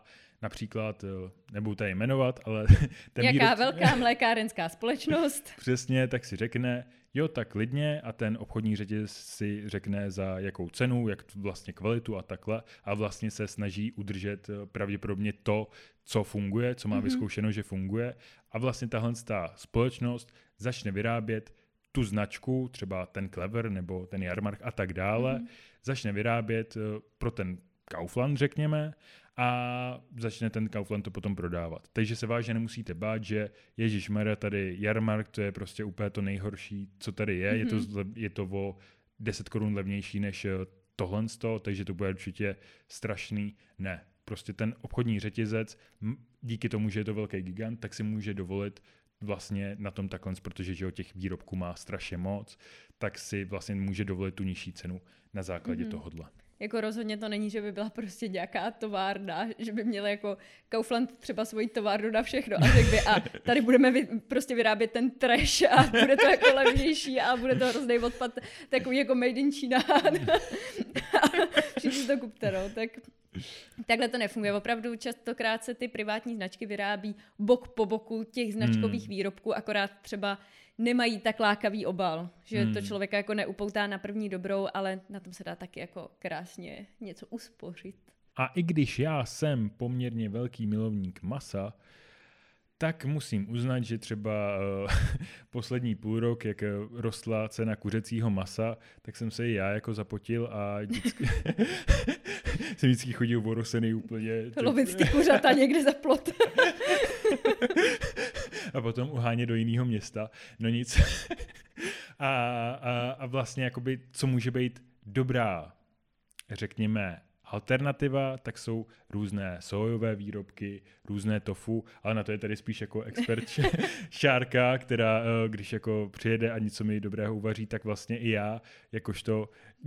například, nebudu tady jmenovat, ale ten jaká velká mlékárenská společnost. Přesně, tak si řekne, jo, tak klidně a ten obchodní řetězec si řekne za jakou cenu, jak vlastně kvalitu a takhle a vlastně se snaží udržet pravděpodobně to, co funguje, co má vyzkoušeno, že funguje a vlastně tahle společnost začne vyrábět tu značku, třeba ten Clever nebo ten Jarmark a tak dále, začne vyrábět pro ten Kaufland, řekněme, a začne ten Kaufland to potom prodávat. Takže se vážně nemusíte bát, že ježišmarja, tady Jarmark, to je prostě úplně to nejhorší, co tady je. Je to o 10 korun levnější než tohle, takže to bude určitě strašný. Ne, prostě ten obchodní řetězec, díky tomu, že je to velký gigant, tak si může dovolit vlastně na tom takhle, protože že těch výrobků má strašně moc, tak si vlastně může dovolit tu nižší cenu na základě tohodle. Jako rozhodně to není, že by byla prostě nějaká továrna, že by měla jako Kaufland třeba svoji továrnu na všechno a řekl by, a tady budeme prostě vyrábět ten trash a bude to jako levnější a bude to hrozný odpad, takový jako made in China. Všichni si to kupte, no. Takhle to nefunguje. Opravdu častokrát se ty privátní značky vyrábí bok po boku těch značkových výrobků, akorát třeba nemají tak lákavý obal, že to člověka jako neupoutá na první dobrou, ale na tom se dá taky jako krásně něco uspořit. A i když já jsem poměrně velký milovník masa, tak musím uznat, že třeba poslední půl rok, jak rostla cena kuřecího masa, tak jsem se i já jako zapotil a jsem vždycky chodil vorosený úplně. Lovit ty kuřata někde za plot. A potom uhánět do jiného města. No nic. A vlastně jakoby, co může být dobrá, řekněme, alternativa, tak jsou různé sojové výrobky, různé tofu, ale na to je tady spíš jako expert Šárka, která když jako přijede a něco mi dobrého uvaří, tak vlastně i já, jakožto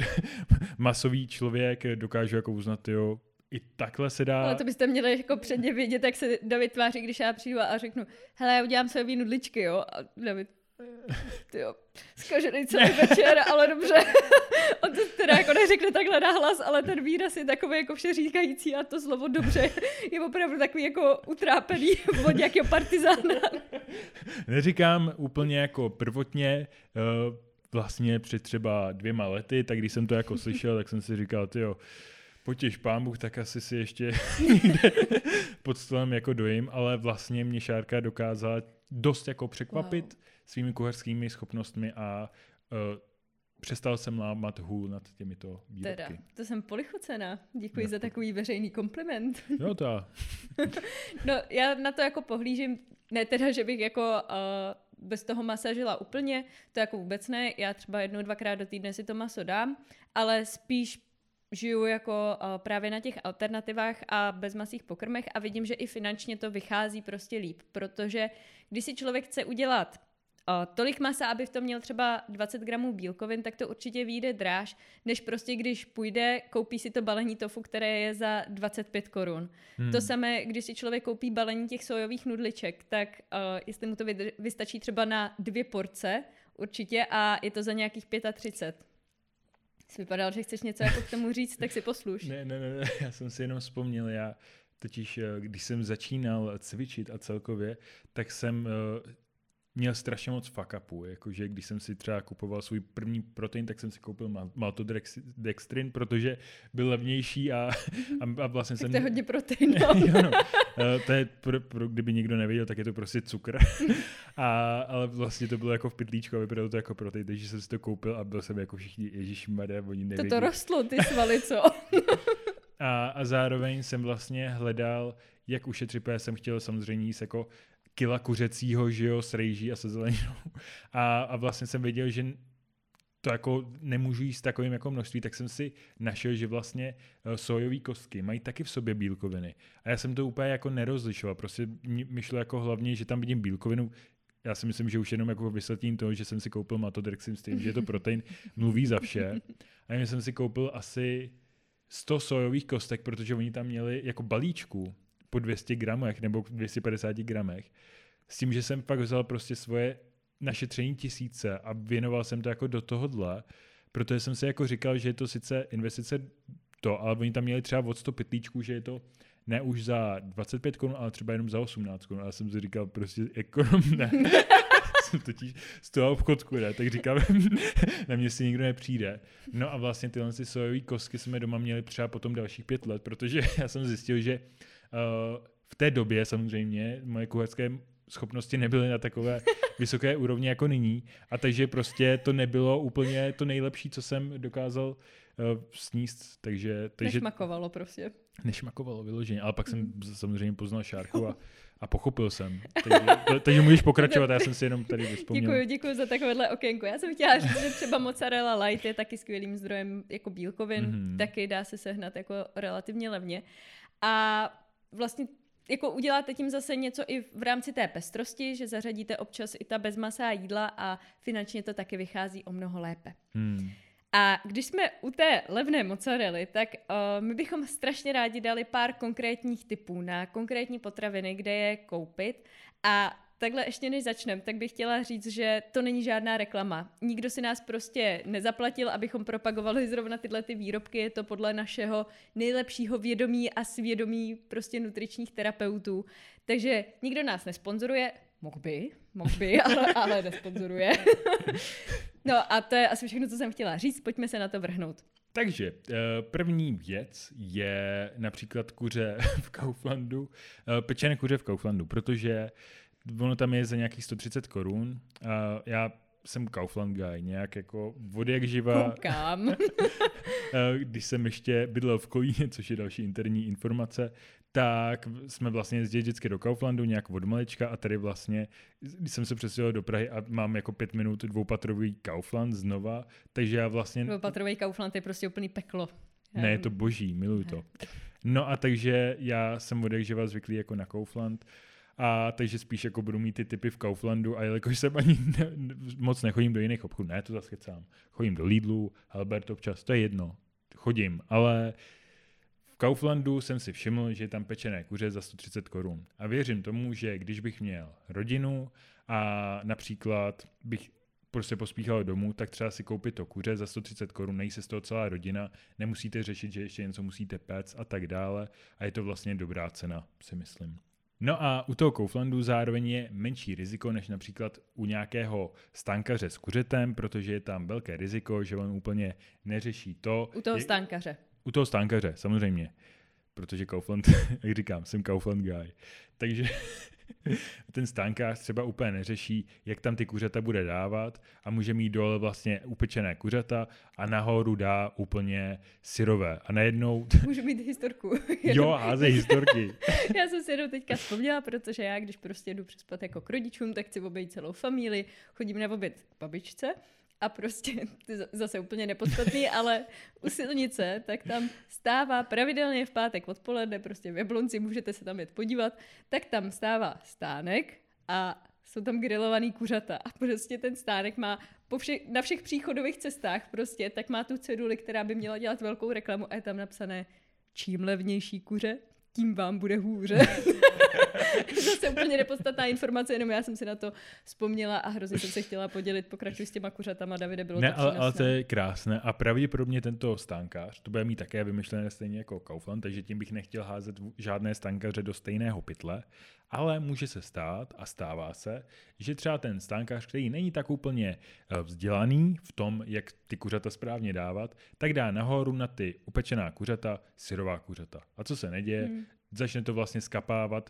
masový člověk, dokážu jako uznat, jo, i takhle se dá. Ale to byste měli jako předně vědět, jak se David tváří, když já přijdu a řeknu, hele, já udělám sojový nudličky, jo, a David, tyjo, zkažený celý večer, ale dobře. On to teda jako neřekne takhle nahlas, ale ten výraz je takový jako všeříkající a to slovo dobře je opravdu takový jako utrápený od nějakého partizána. Neříkám úplně jako prvotně, vlastně před třeba 2 lety, tak když jsem to jako slyšel, tak jsem si říkal, tyjo, potěš pán Bůh, tak asi si ještě někde pod stolem jako dojím, ale vlastně mě Šárka dokázala dost jako překvapit svými kuchařskými schopnostmi a přestal jsem lámat hůl nad těmito výrobky. Teda, to jsem polichocená. Děkuji za takový veřejný kompliment. Jo, to. No, já na to jako pohlížím, ne teda, že bych jako bez toho masa žila úplně, to jako vůbec ne, já třeba 1-2krát do týdne si to maso dám, ale spíš žiju jako právě na těch alternativách a bezmasých pokrmech a vidím, že i finančně to vychází prostě líp, protože když si člověk chce udělat tolik masa, aby v tom měl třeba 20 gramů bílkovin, tak to určitě vyjde dráž, než prostě když půjde, koupí si to balení tofu, které je za 25 korun. To samé, když si člověk koupí balení těch sojových nudliček, tak jestli mu to vystačí třeba na 2 porce určitě a je to za nějakých 35. Jsi vypadal, že chceš něco jako k tomu říct, tak si posluš. Ne, já jsem si jenom vzpomněl, já totiž, když jsem začínal cvičit a celkově, tak jsem měl strašně moc fuck-upů, jakože když jsem si třeba kupoval svůj první protein, tak jsem si koupil maltodextrin, protože byl levnější a vlastně tak to je hodně protein. No. To je pro kdyby někdo nevěděl, tak je to prostě cukr. Ale vlastně to bylo jako v pytlíčku a vypadalo to jako protein, takže jsem si to koupil a byl jsem jako všichni ježišmarja, oni nevěděli. To rostlo, ty svaly, co? A zároveň jsem vlastně hledal, jak ušetřit, protože jsem chtěl samozřejmě jíst jako kila kuřecího, že jo, s rejží a se zeleninou. A vlastně jsem věděl, že to jako nemůžu jíst takovým jako množství, tak jsem si našel, že vlastně sojové kostky mají taky v sobě bílkoviny. A já jsem to úplně jako nerozlišoval. Prostě mi šlo jako hlavně, že tam vidím bílkovinu. Já si myslím, že už jenom jako vysvětlím to, že jsem si koupil maltodextrin s tím, že je to protein, mluví za vše. A já jsem si koupil asi 100 sojových kostek, protože oni tam měli jako balíčku po 200 gramech nebo 250 gramech. S tím, že jsem pak vzal prostě svoje našetření tisíce a věnoval jsem to jako do tohodle, protože jsem si jako říkal, že je to sice investice to, ale oni tam měli třeba od 100 pytlíčků, že je to ne už za 25 korun, ale třeba jenom za 18 korun. A já jsem si říkal, prostě ekonom ne. Jsem totiž z toho obchodku, ne? Tak říkám, na mě si nikdo nepřijde. No a vlastně tyhle sojové kostky jsme doma měli třeba potom dalších 5 let, protože já jsem zjistil, že v té době samozřejmě moje kuchařské schopnosti nebyly na takové vysoké úrovni jako nyní, a takže prostě to nebylo úplně to nejlepší, co jsem dokázal sníst, takže nešmakovalo prostě. Nešmakovalo vyloženě, ale pak jsem samozřejmě poznal Šárku a pochopil jsem. Takže můžeš pokračovat, já jsem si jenom tady vyzpomněl. Děkuji za takovéhle okénko. Já jsem chtěla říct, že třeba mozzarella light je taky skvělým zdrojem jako bílkovin, taky dá se sehnat jako relativně levně. A vlastně jako uděláte tím zase něco i v rámci té pestrosti, že zařadíte občas i ta bezmasá jídla a finančně to taky vychází o mnoho lépe. A když jsme u té levné mozzarelly, tak my bychom strašně rádi dali pár konkrétních tipů na konkrétní potraviny, kde je koupit. A takhle ještě než začneme, tak bych chtěla říct, že to není žádná reklama. Nikdo si nás prostě nezaplatil, abychom propagovali zrovna tyhle ty výrobky. Je to podle našeho nejlepšího vědomí a svědomí prostě nutričních terapeutů. Takže nikdo nás nesponzoruje. Mohl by, ale nesponzoruje. No a to je asi všechno, co jsem chtěla říct. Pojďme se na to vrhnout. Takže první věc je například kuře v Kauflandu, pečené kuře v Kauflandu, protože ono tam je za nějakých 130 korun. Já jsem Kaufland guy, nějak jako vody jak živa. Koukám. Když jsem ještě bydlel v Kolíně, což je další interní informace, tak jsme vlastně jezdili vždycky do Kauflandu nějak od malička a tady vlastně, když jsem se přestěhoval do Prahy a mám jako 5 minut dvoupatrový Kaufland znova, takže já vlastně... Dvoupatrový Kaufland je prostě úplný peklo. Ne, je to boží, miluju to. No a takže já jsem od jak živa zvyklý jako na Kaufland, a takže spíš jako budu mít ty typy v Kauflandu, a jelikož jsem ani moc nechodím do jiných obchodů, ne, to zase kecám. Chodím do Lidlu, Albert občas, to je jedno, chodím, ale v Kauflandu jsem si všiml, že je tam pečené kuře za 130 korun. A věřím tomu, že když bych měl rodinu a například bych prostě pospíchal domů, tak třeba si koupit to kuře za 130 korun, nejí se z toho celá rodina, nemusíte řešit, že ještě něco musíte péct a tak dále, a je to vlastně dobrá cena, si myslím. No a u toho Kauflandu zároveň je menší riziko než například u nějakého stánkaře s kuřetem, protože je tam velké riziko, že on úplně neřeší to. U toho stánkaře. U toho stánkaře, samozřejmě. Protože Kaufland, jak říkám, jsem Kaufland guy. Takže ten stánkář třeba úplně neřeší, jak tam ty kuřata bude dávat, a může mít dole vlastně upečené kuřata a nahoru dá úplně syrové. A najednou... Můžu mít historku. Jo, házej historky. Já jsem si jenom teďka vzpomněla, protože já, když prostě jdu přespat jako k rodičům, tak chci obejít celou familii, chodím na oběd k babičce. A prostě, to je zase úplně nepodstatný, ale u silnice, tak tam stává pravidelně v pátek odpoledne, prostě v Jablonci, můžete se tam jet podívat, tak tam stává stánek a jsou tam grilovaný kuřata. A prostě ten stánek má na všech příchodových cestách prostě, tak má tu ceduli, která by měla dělat velkou reklamu, a je tam napsané: čím levnější kuře, tím vám bude hůře. Zase úplně nepodstatná informace, jenom já jsem si na to vzpomněla a hrozně jsem se chtěla podělit. Pokračuj s těma kuřatama, Davide, bylo to přínosné. Ale to je krásné a pravděpodobně tento stánkař, to bude mít také vymyšlené stejně jako Kaufland, takže tím bych nechtěl házet žádné stánkaře do stejného pytle, ale může se stát a stává se, že třeba ten stánkař, který není tak úplně vzdělaný v tom, jak ty kuřata správně dávat, tak dá nahoru na ty upečená kuřata syrová kuřata. A co se neděje? Začne to vlastně skapávat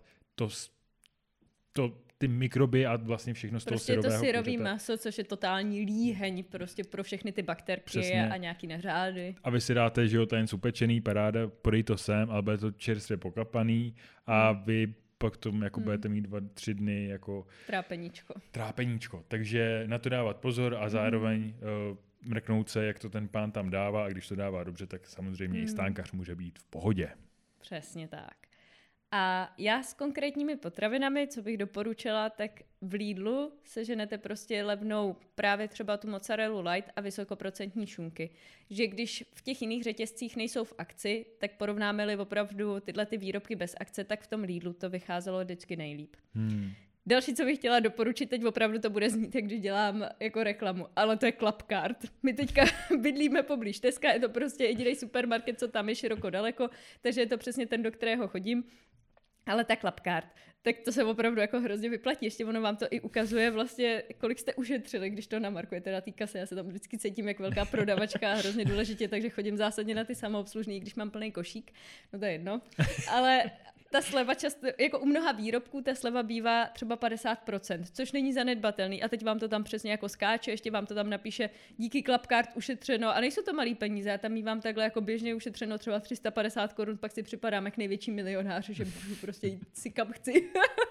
ty mikroby a vlastně všechno z toho syrového kuřata. Prostě to syrový maso, což je totální líheň prostě pro všechny ty bakterky. Přesně. A nějaký neřády. A vy si dáte, že jo, ten upečený, paráda, podej to sem, ale bude to čerstvě pokapaný a vy pak tomu jako budete mít 2-3 dny jako trápeníčko. Takže na to dávat pozor a zároveň mrknout se, jak to ten pán tam dává, a když to dává dobře, tak samozřejmě i stánkař může být v pohodě. Přesně tak. A já s konkrétními potravinami, co bych doporučila, tak v Lidlu seženete prostě levnou právě třeba tu mozzarellu light a vysokoprocentní šunky. Že když v těch jiných řetězcích nejsou v akci, tak porovnáme-li opravdu tyhle ty výrobky bez akce, tak v tom Lidlu to vycházelo vždycky nejlíp. Další, co bych chtěla doporučit, teď opravdu to bude znít, když dělám jako reklamu, ale to je Clubcard. My teďka bydlíme poblíž Teska, je to prostě jediný supermarket, co tam je široko daleko, takže je to přesně ten, do kterého chodím. Ale ta Clubcard, tak to se opravdu jako hrozně vyplatí. Ještě ono vám to i ukazuje vlastně, kolik jste ušetřili, když to namarkujete na té kase. Já se tam vždycky cítím jak velká prodavačka a hrozně důležitě, takže chodím zásadně na ty samoobslužný, když mám plný košík. No to je jedno. Ale ta sleva často, jako u mnoha výrobků, ta sleva bývá třeba 50%, což není zanedbatelný. A teď vám to tam přesně jako skáče, ještě vám to tam napíše díky Clubcard ušetřeno. A nejsou to malý peníze, já tam mívám takhle jako běžně ušetřeno třeba 350 korun, pak si připadám jak největší milionář, že můžu prostě jít si kam chci.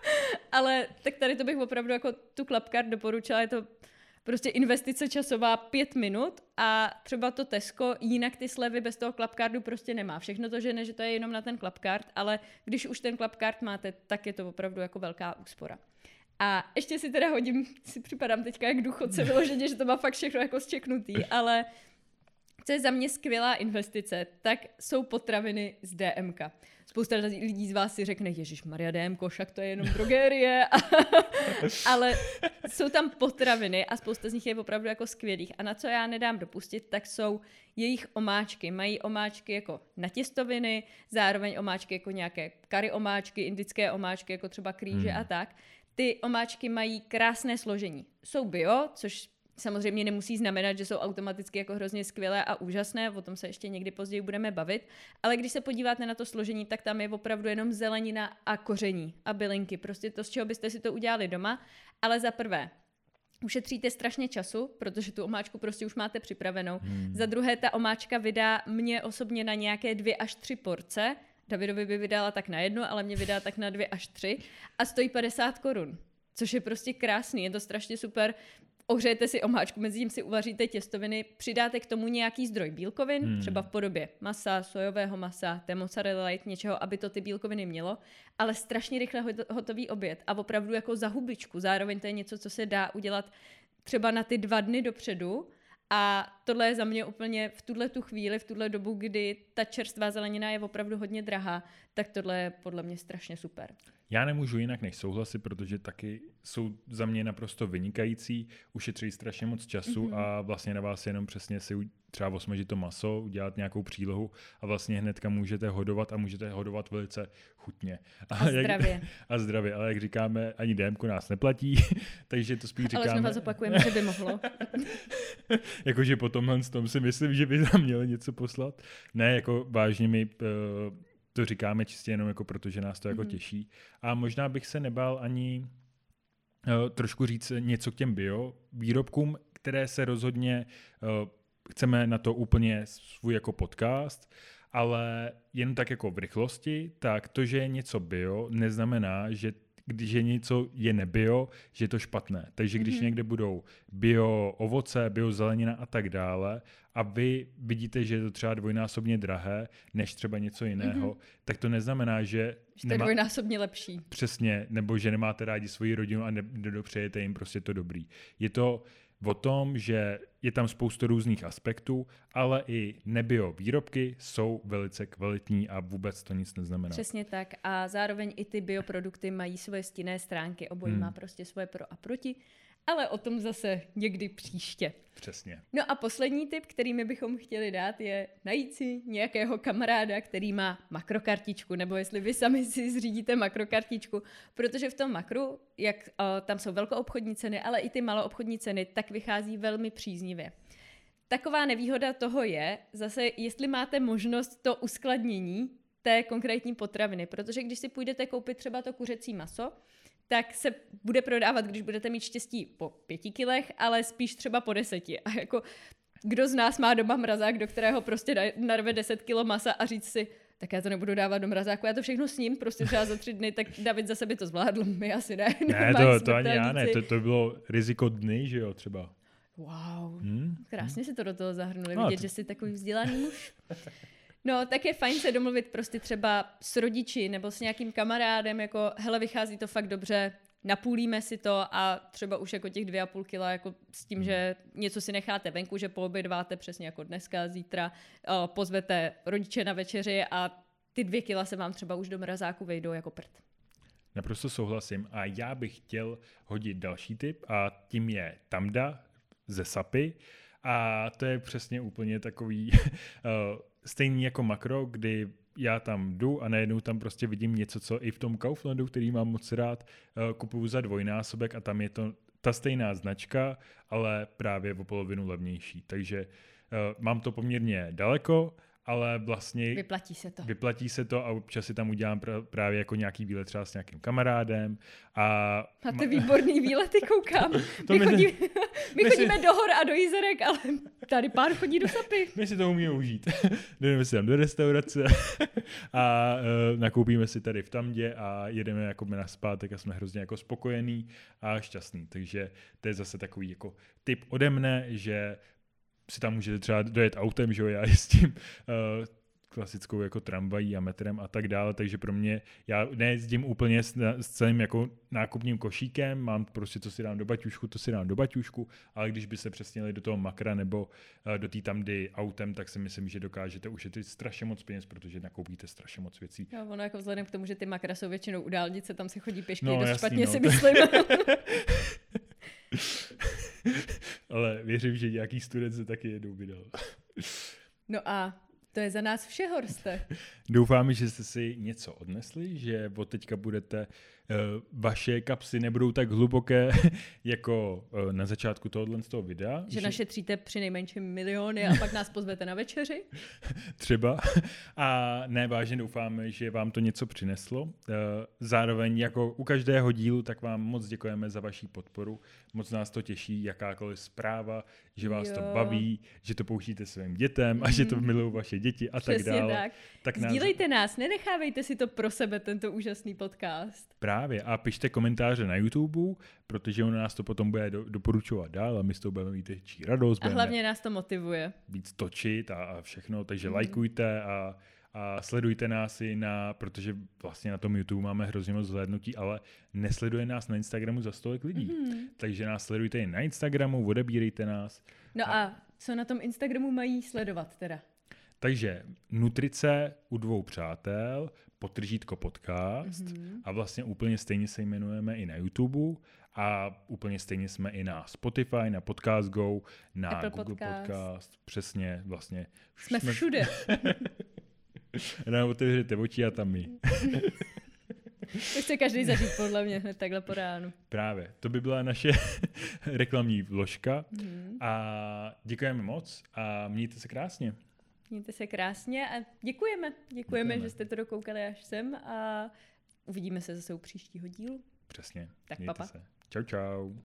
Ale tak tady to bych opravdu jako tu Clubcard doporučila, je to prostě investice časová 5 minut a třeba to Tesco jinak ty slevy bez toho Clubcardu prostě nemá. Všechno to žene, že to je jenom na ten Clubcard, ale když už ten Clubcard máte, tak je to opravdu jako velká úspora. A ještě si teda si připadám teďka jak důchodce vyloženě, že to má fakt všechno jako zčeknutý, ale co je za mě skvělá investice, tak jsou potraviny z DMK. Spousta lidí z vás si řekne, ježišmarja, DMko, však to je jenom drogerie. Ale jsou tam potraviny a spousta z nich je opravdu jako skvělých. A na co já nedám dopustit, tak jsou jejich omáčky. Mají omáčky jako na těstoviny, zároveň omáčky jako nějaké curry omáčky, indické omáčky, jako třeba kříže a tak. Ty omáčky mají krásné složení. Jsou bio, což samozřejmě nemusí znamenat, že jsou automaticky jako hrozně skvělé a úžasné, o tom se ještě někdy později budeme bavit, ale když se podíváte na to složení, tak tam je opravdu jenom zelenina a koření a bylinky, prostě to, z čeho byste si to udělali doma, ale za prvé, ušetříte strašně času, protože tu omáčku prostě už máte připravenou. Za druhé, ta omáčka vydá mě osobně na nějaké 2 až 3 porce, Davidovi by vydala tak na 1, ale mě vydá tak na 2 až 3 a stojí 50 korun, což je prostě krásný, je to strašně super. Ohřejete si omáčku, mezi tím si uvaříte těstoviny, přidáte k tomu nějaký zdroj bílkovin, třeba v podobě masa, sojového masa, té mozzarella light, něčeho, aby to ty bílkoviny mělo, ale strašně rychle hotový oběd a opravdu jako za hubičku. Zároveň to je něco, co se dá udělat třeba na ty 2 dny dopředu a tohle je za mě úplně v tu chvíli, v tuhle dobu, kdy ta čerstvá zelenina je opravdu hodně drahá, tak tohle je podle mě strašně super. Já nemůžu jinak než souhlasit, protože taky jsou za mě naprosto vynikající, ušetří strašně moc času a vlastně na vás jenom přesně si třeba osmažit to maso, udělat nějakou přílohu a vlastně hnedka můžete hodovat a můžete hodovat velice chutně. A zdravě. A zdravě, ale jak říkáme, ani DMko nás neplatí, takže to spíš říkáme. Ale znova zopakujeme, že by mohlo. Jakože po tomhle tom si myslím, že by tam měli něco poslat. Ne, jako vážně mi to říkáme čistě jenom jako protože nás to jako těší. A možná bych se nebál ani trošku říct něco k těm bio výrobkům, které se rozhodně chceme na to úplně svůj jako podcast, ale jen tak jako v rychlosti, tak to, že je něco bio, neznamená, že když je něco je nebio, že je to špatné. Takže když někde budou bio ovoce, bio zelenina a tak dále a vy vidíte, že je to třeba dvojnásobně drahé než třeba něco jiného, tak to neznamená, že to je dvojnásobně lepší. Přesně, nebo že nemáte rádi svoji rodinu a nedopřejete jim prostě to dobrý. Je to o tom, že je tam spoustu různých aspektů, ale i nebio výrobky jsou velice kvalitní a vůbec to nic neznamená. Přesně tak a zároveň i ty bioprodukty mají svoje stinné stránky, obojí má prostě svoje pro a proti, ale o tom zase někdy příště. Přesně. No a poslední tip, který my bychom chtěli dát, je najít si nějakého kamaráda, který má makrokartičku, nebo jestli vy sami si zřídíte makrokartičku, protože v tom makru, jak tam jsou velkoobchodní ceny, ale i ty maloobchodní ceny, tak vychází velmi příznivě. Taková nevýhoda toho je, zase jestli máte možnost to uskladnění té konkrétní potraviny, protože když si půjdete koupit třeba to kuřecí maso, tak se bude prodávat, když budete mít štěstí po 5 kilech, ale spíš třeba po 10. A jako kdo z nás má doma mrazák, do kterého prostě narve 10 kilo masa a říct si, tak já to nebudu dávat do mrazáku, já to všechno sním, prostě třeba za 3 dny, tak David zase by to zvládl, my asi ne. Ne, to ani já ne, to bylo riziko dny, že jo, třeba. Wow, krásně si to do toho zahrnuli, vidět, že jsi takový vzdělaný muž. No, tak je fajn se domluvit prostě třeba s rodiči nebo s nějakým kamarádem, jako hele, vychází to fakt dobře, napůlíme si to a třeba už jako těch 2,5 kila jako s tím, že něco si necháte venku, že poobědváte přesně jako dneska, zítra, pozvete rodiče na večeři a ty 2 kila se vám třeba už do mrazáku vejdou jako prd. naprosto souhlasím a já bych chtěl hodit další tip a tím je Tamda ze Sapy a to je přesně úplně takový stejný jako makro, kdy já tam jdu a najednou tam prostě vidím něco, co i v tom Kauflandu, který mám moc rád, kupuju za dvojnásobek a tam je to ta stejná značka, ale právě o polovinu levnější. Takže mám to poměrně daleko, ale vlastně vyplatí se to a občas si tam udělám právě jako nějaký výlet třeba s nějakým kamarádem. Máte výborný výlety, koukám. My chodíme do hor a do jízerek, ale tady pár chodí do Sapy. My si to umíme užít. Jdeme si tam do restaurace a nakoupíme si tady v Tamdě a jedeme jako na zpátek a jsme hrozně jako spokojení a šťastní. Takže to je zase takový jako tip ode mne, že si tam můžete třeba dojet autem, že jo, já jezdím klasickou jako tramvají a metrem a tak dále, takže pro mě, já nejezdím úplně s celým jako nákupním košíkem, mám prostě, co si dám do baťušku, to si dám do baťušku, ale když by se přesně jeli do toho makra nebo do té Tamdy autem, tak si myslím, že dokážete ušetřit strašně moc peněz, protože nakoupíte strašně moc věcí. Jo, ono jako vzhledem k tomu, že ty makra jsou většinou u dálnice, tam se chodí pěšky, no, dost jasný, špatně no. si myslím. Ale věřím, že nějaký student se taky jednou vydal. No a to je za nás vše, Horste. Doufáme, že jste si něco odnesli, že od teďka budete, vaše kapsy nebudou tak hluboké jako na začátku tohohle z toho videa. Že našetříte při nejmenším miliony a pak nás pozvete na večeři. Třeba. A ne, vážně doufáme, že vám to něco přineslo. Zároveň jako u každého dílu, tak vám moc děkujeme za vaši podporu. Moc nás to těší, jakákoliv zpráva, že vás to baví, že to pouštíte svým dětem a že to milují vaše děti a přesně tak dále. Tak sdílejte nás, nenechávejte si to pro sebe, tento úžasný podcast. Právě. A pište komentáře na YouTube, protože ono nás to potom bude doporučovat dál a my s toho budeme mít větší radost. A hlavně nás to motivuje. Víc točit a všechno, takže lajkujte a sledujte nás i protože vlastně na tom YouTube máme hrozně moc zhlédnutí, ale nesleduje nás na Instagramu za stolik lidí. Takže nás sledujte i na Instagramu, odebírejte nás. No a co na tom Instagramu mají sledovat teda? Takže Nutrice u dvou přátel, _ podcast a vlastně úplně stejně se jmenujeme i na YouTube a úplně stejně jsme i na Spotify, na Podcast Go, na Apple Google Podcast. Přesně, vlastně. Jsme všude. Ráno otevřete oči a tam my. To chce každý zažít podle mě hned takhle po ránu. Právě, to by byla naše reklamní vložka a děkujeme moc a mějte se krásně. Mějte se krásně a děkujeme, že jste to dokoukali až sem a uvidíme se zase u příštího dílu. Přesně. Tak mějte papa. se. Čau, čau.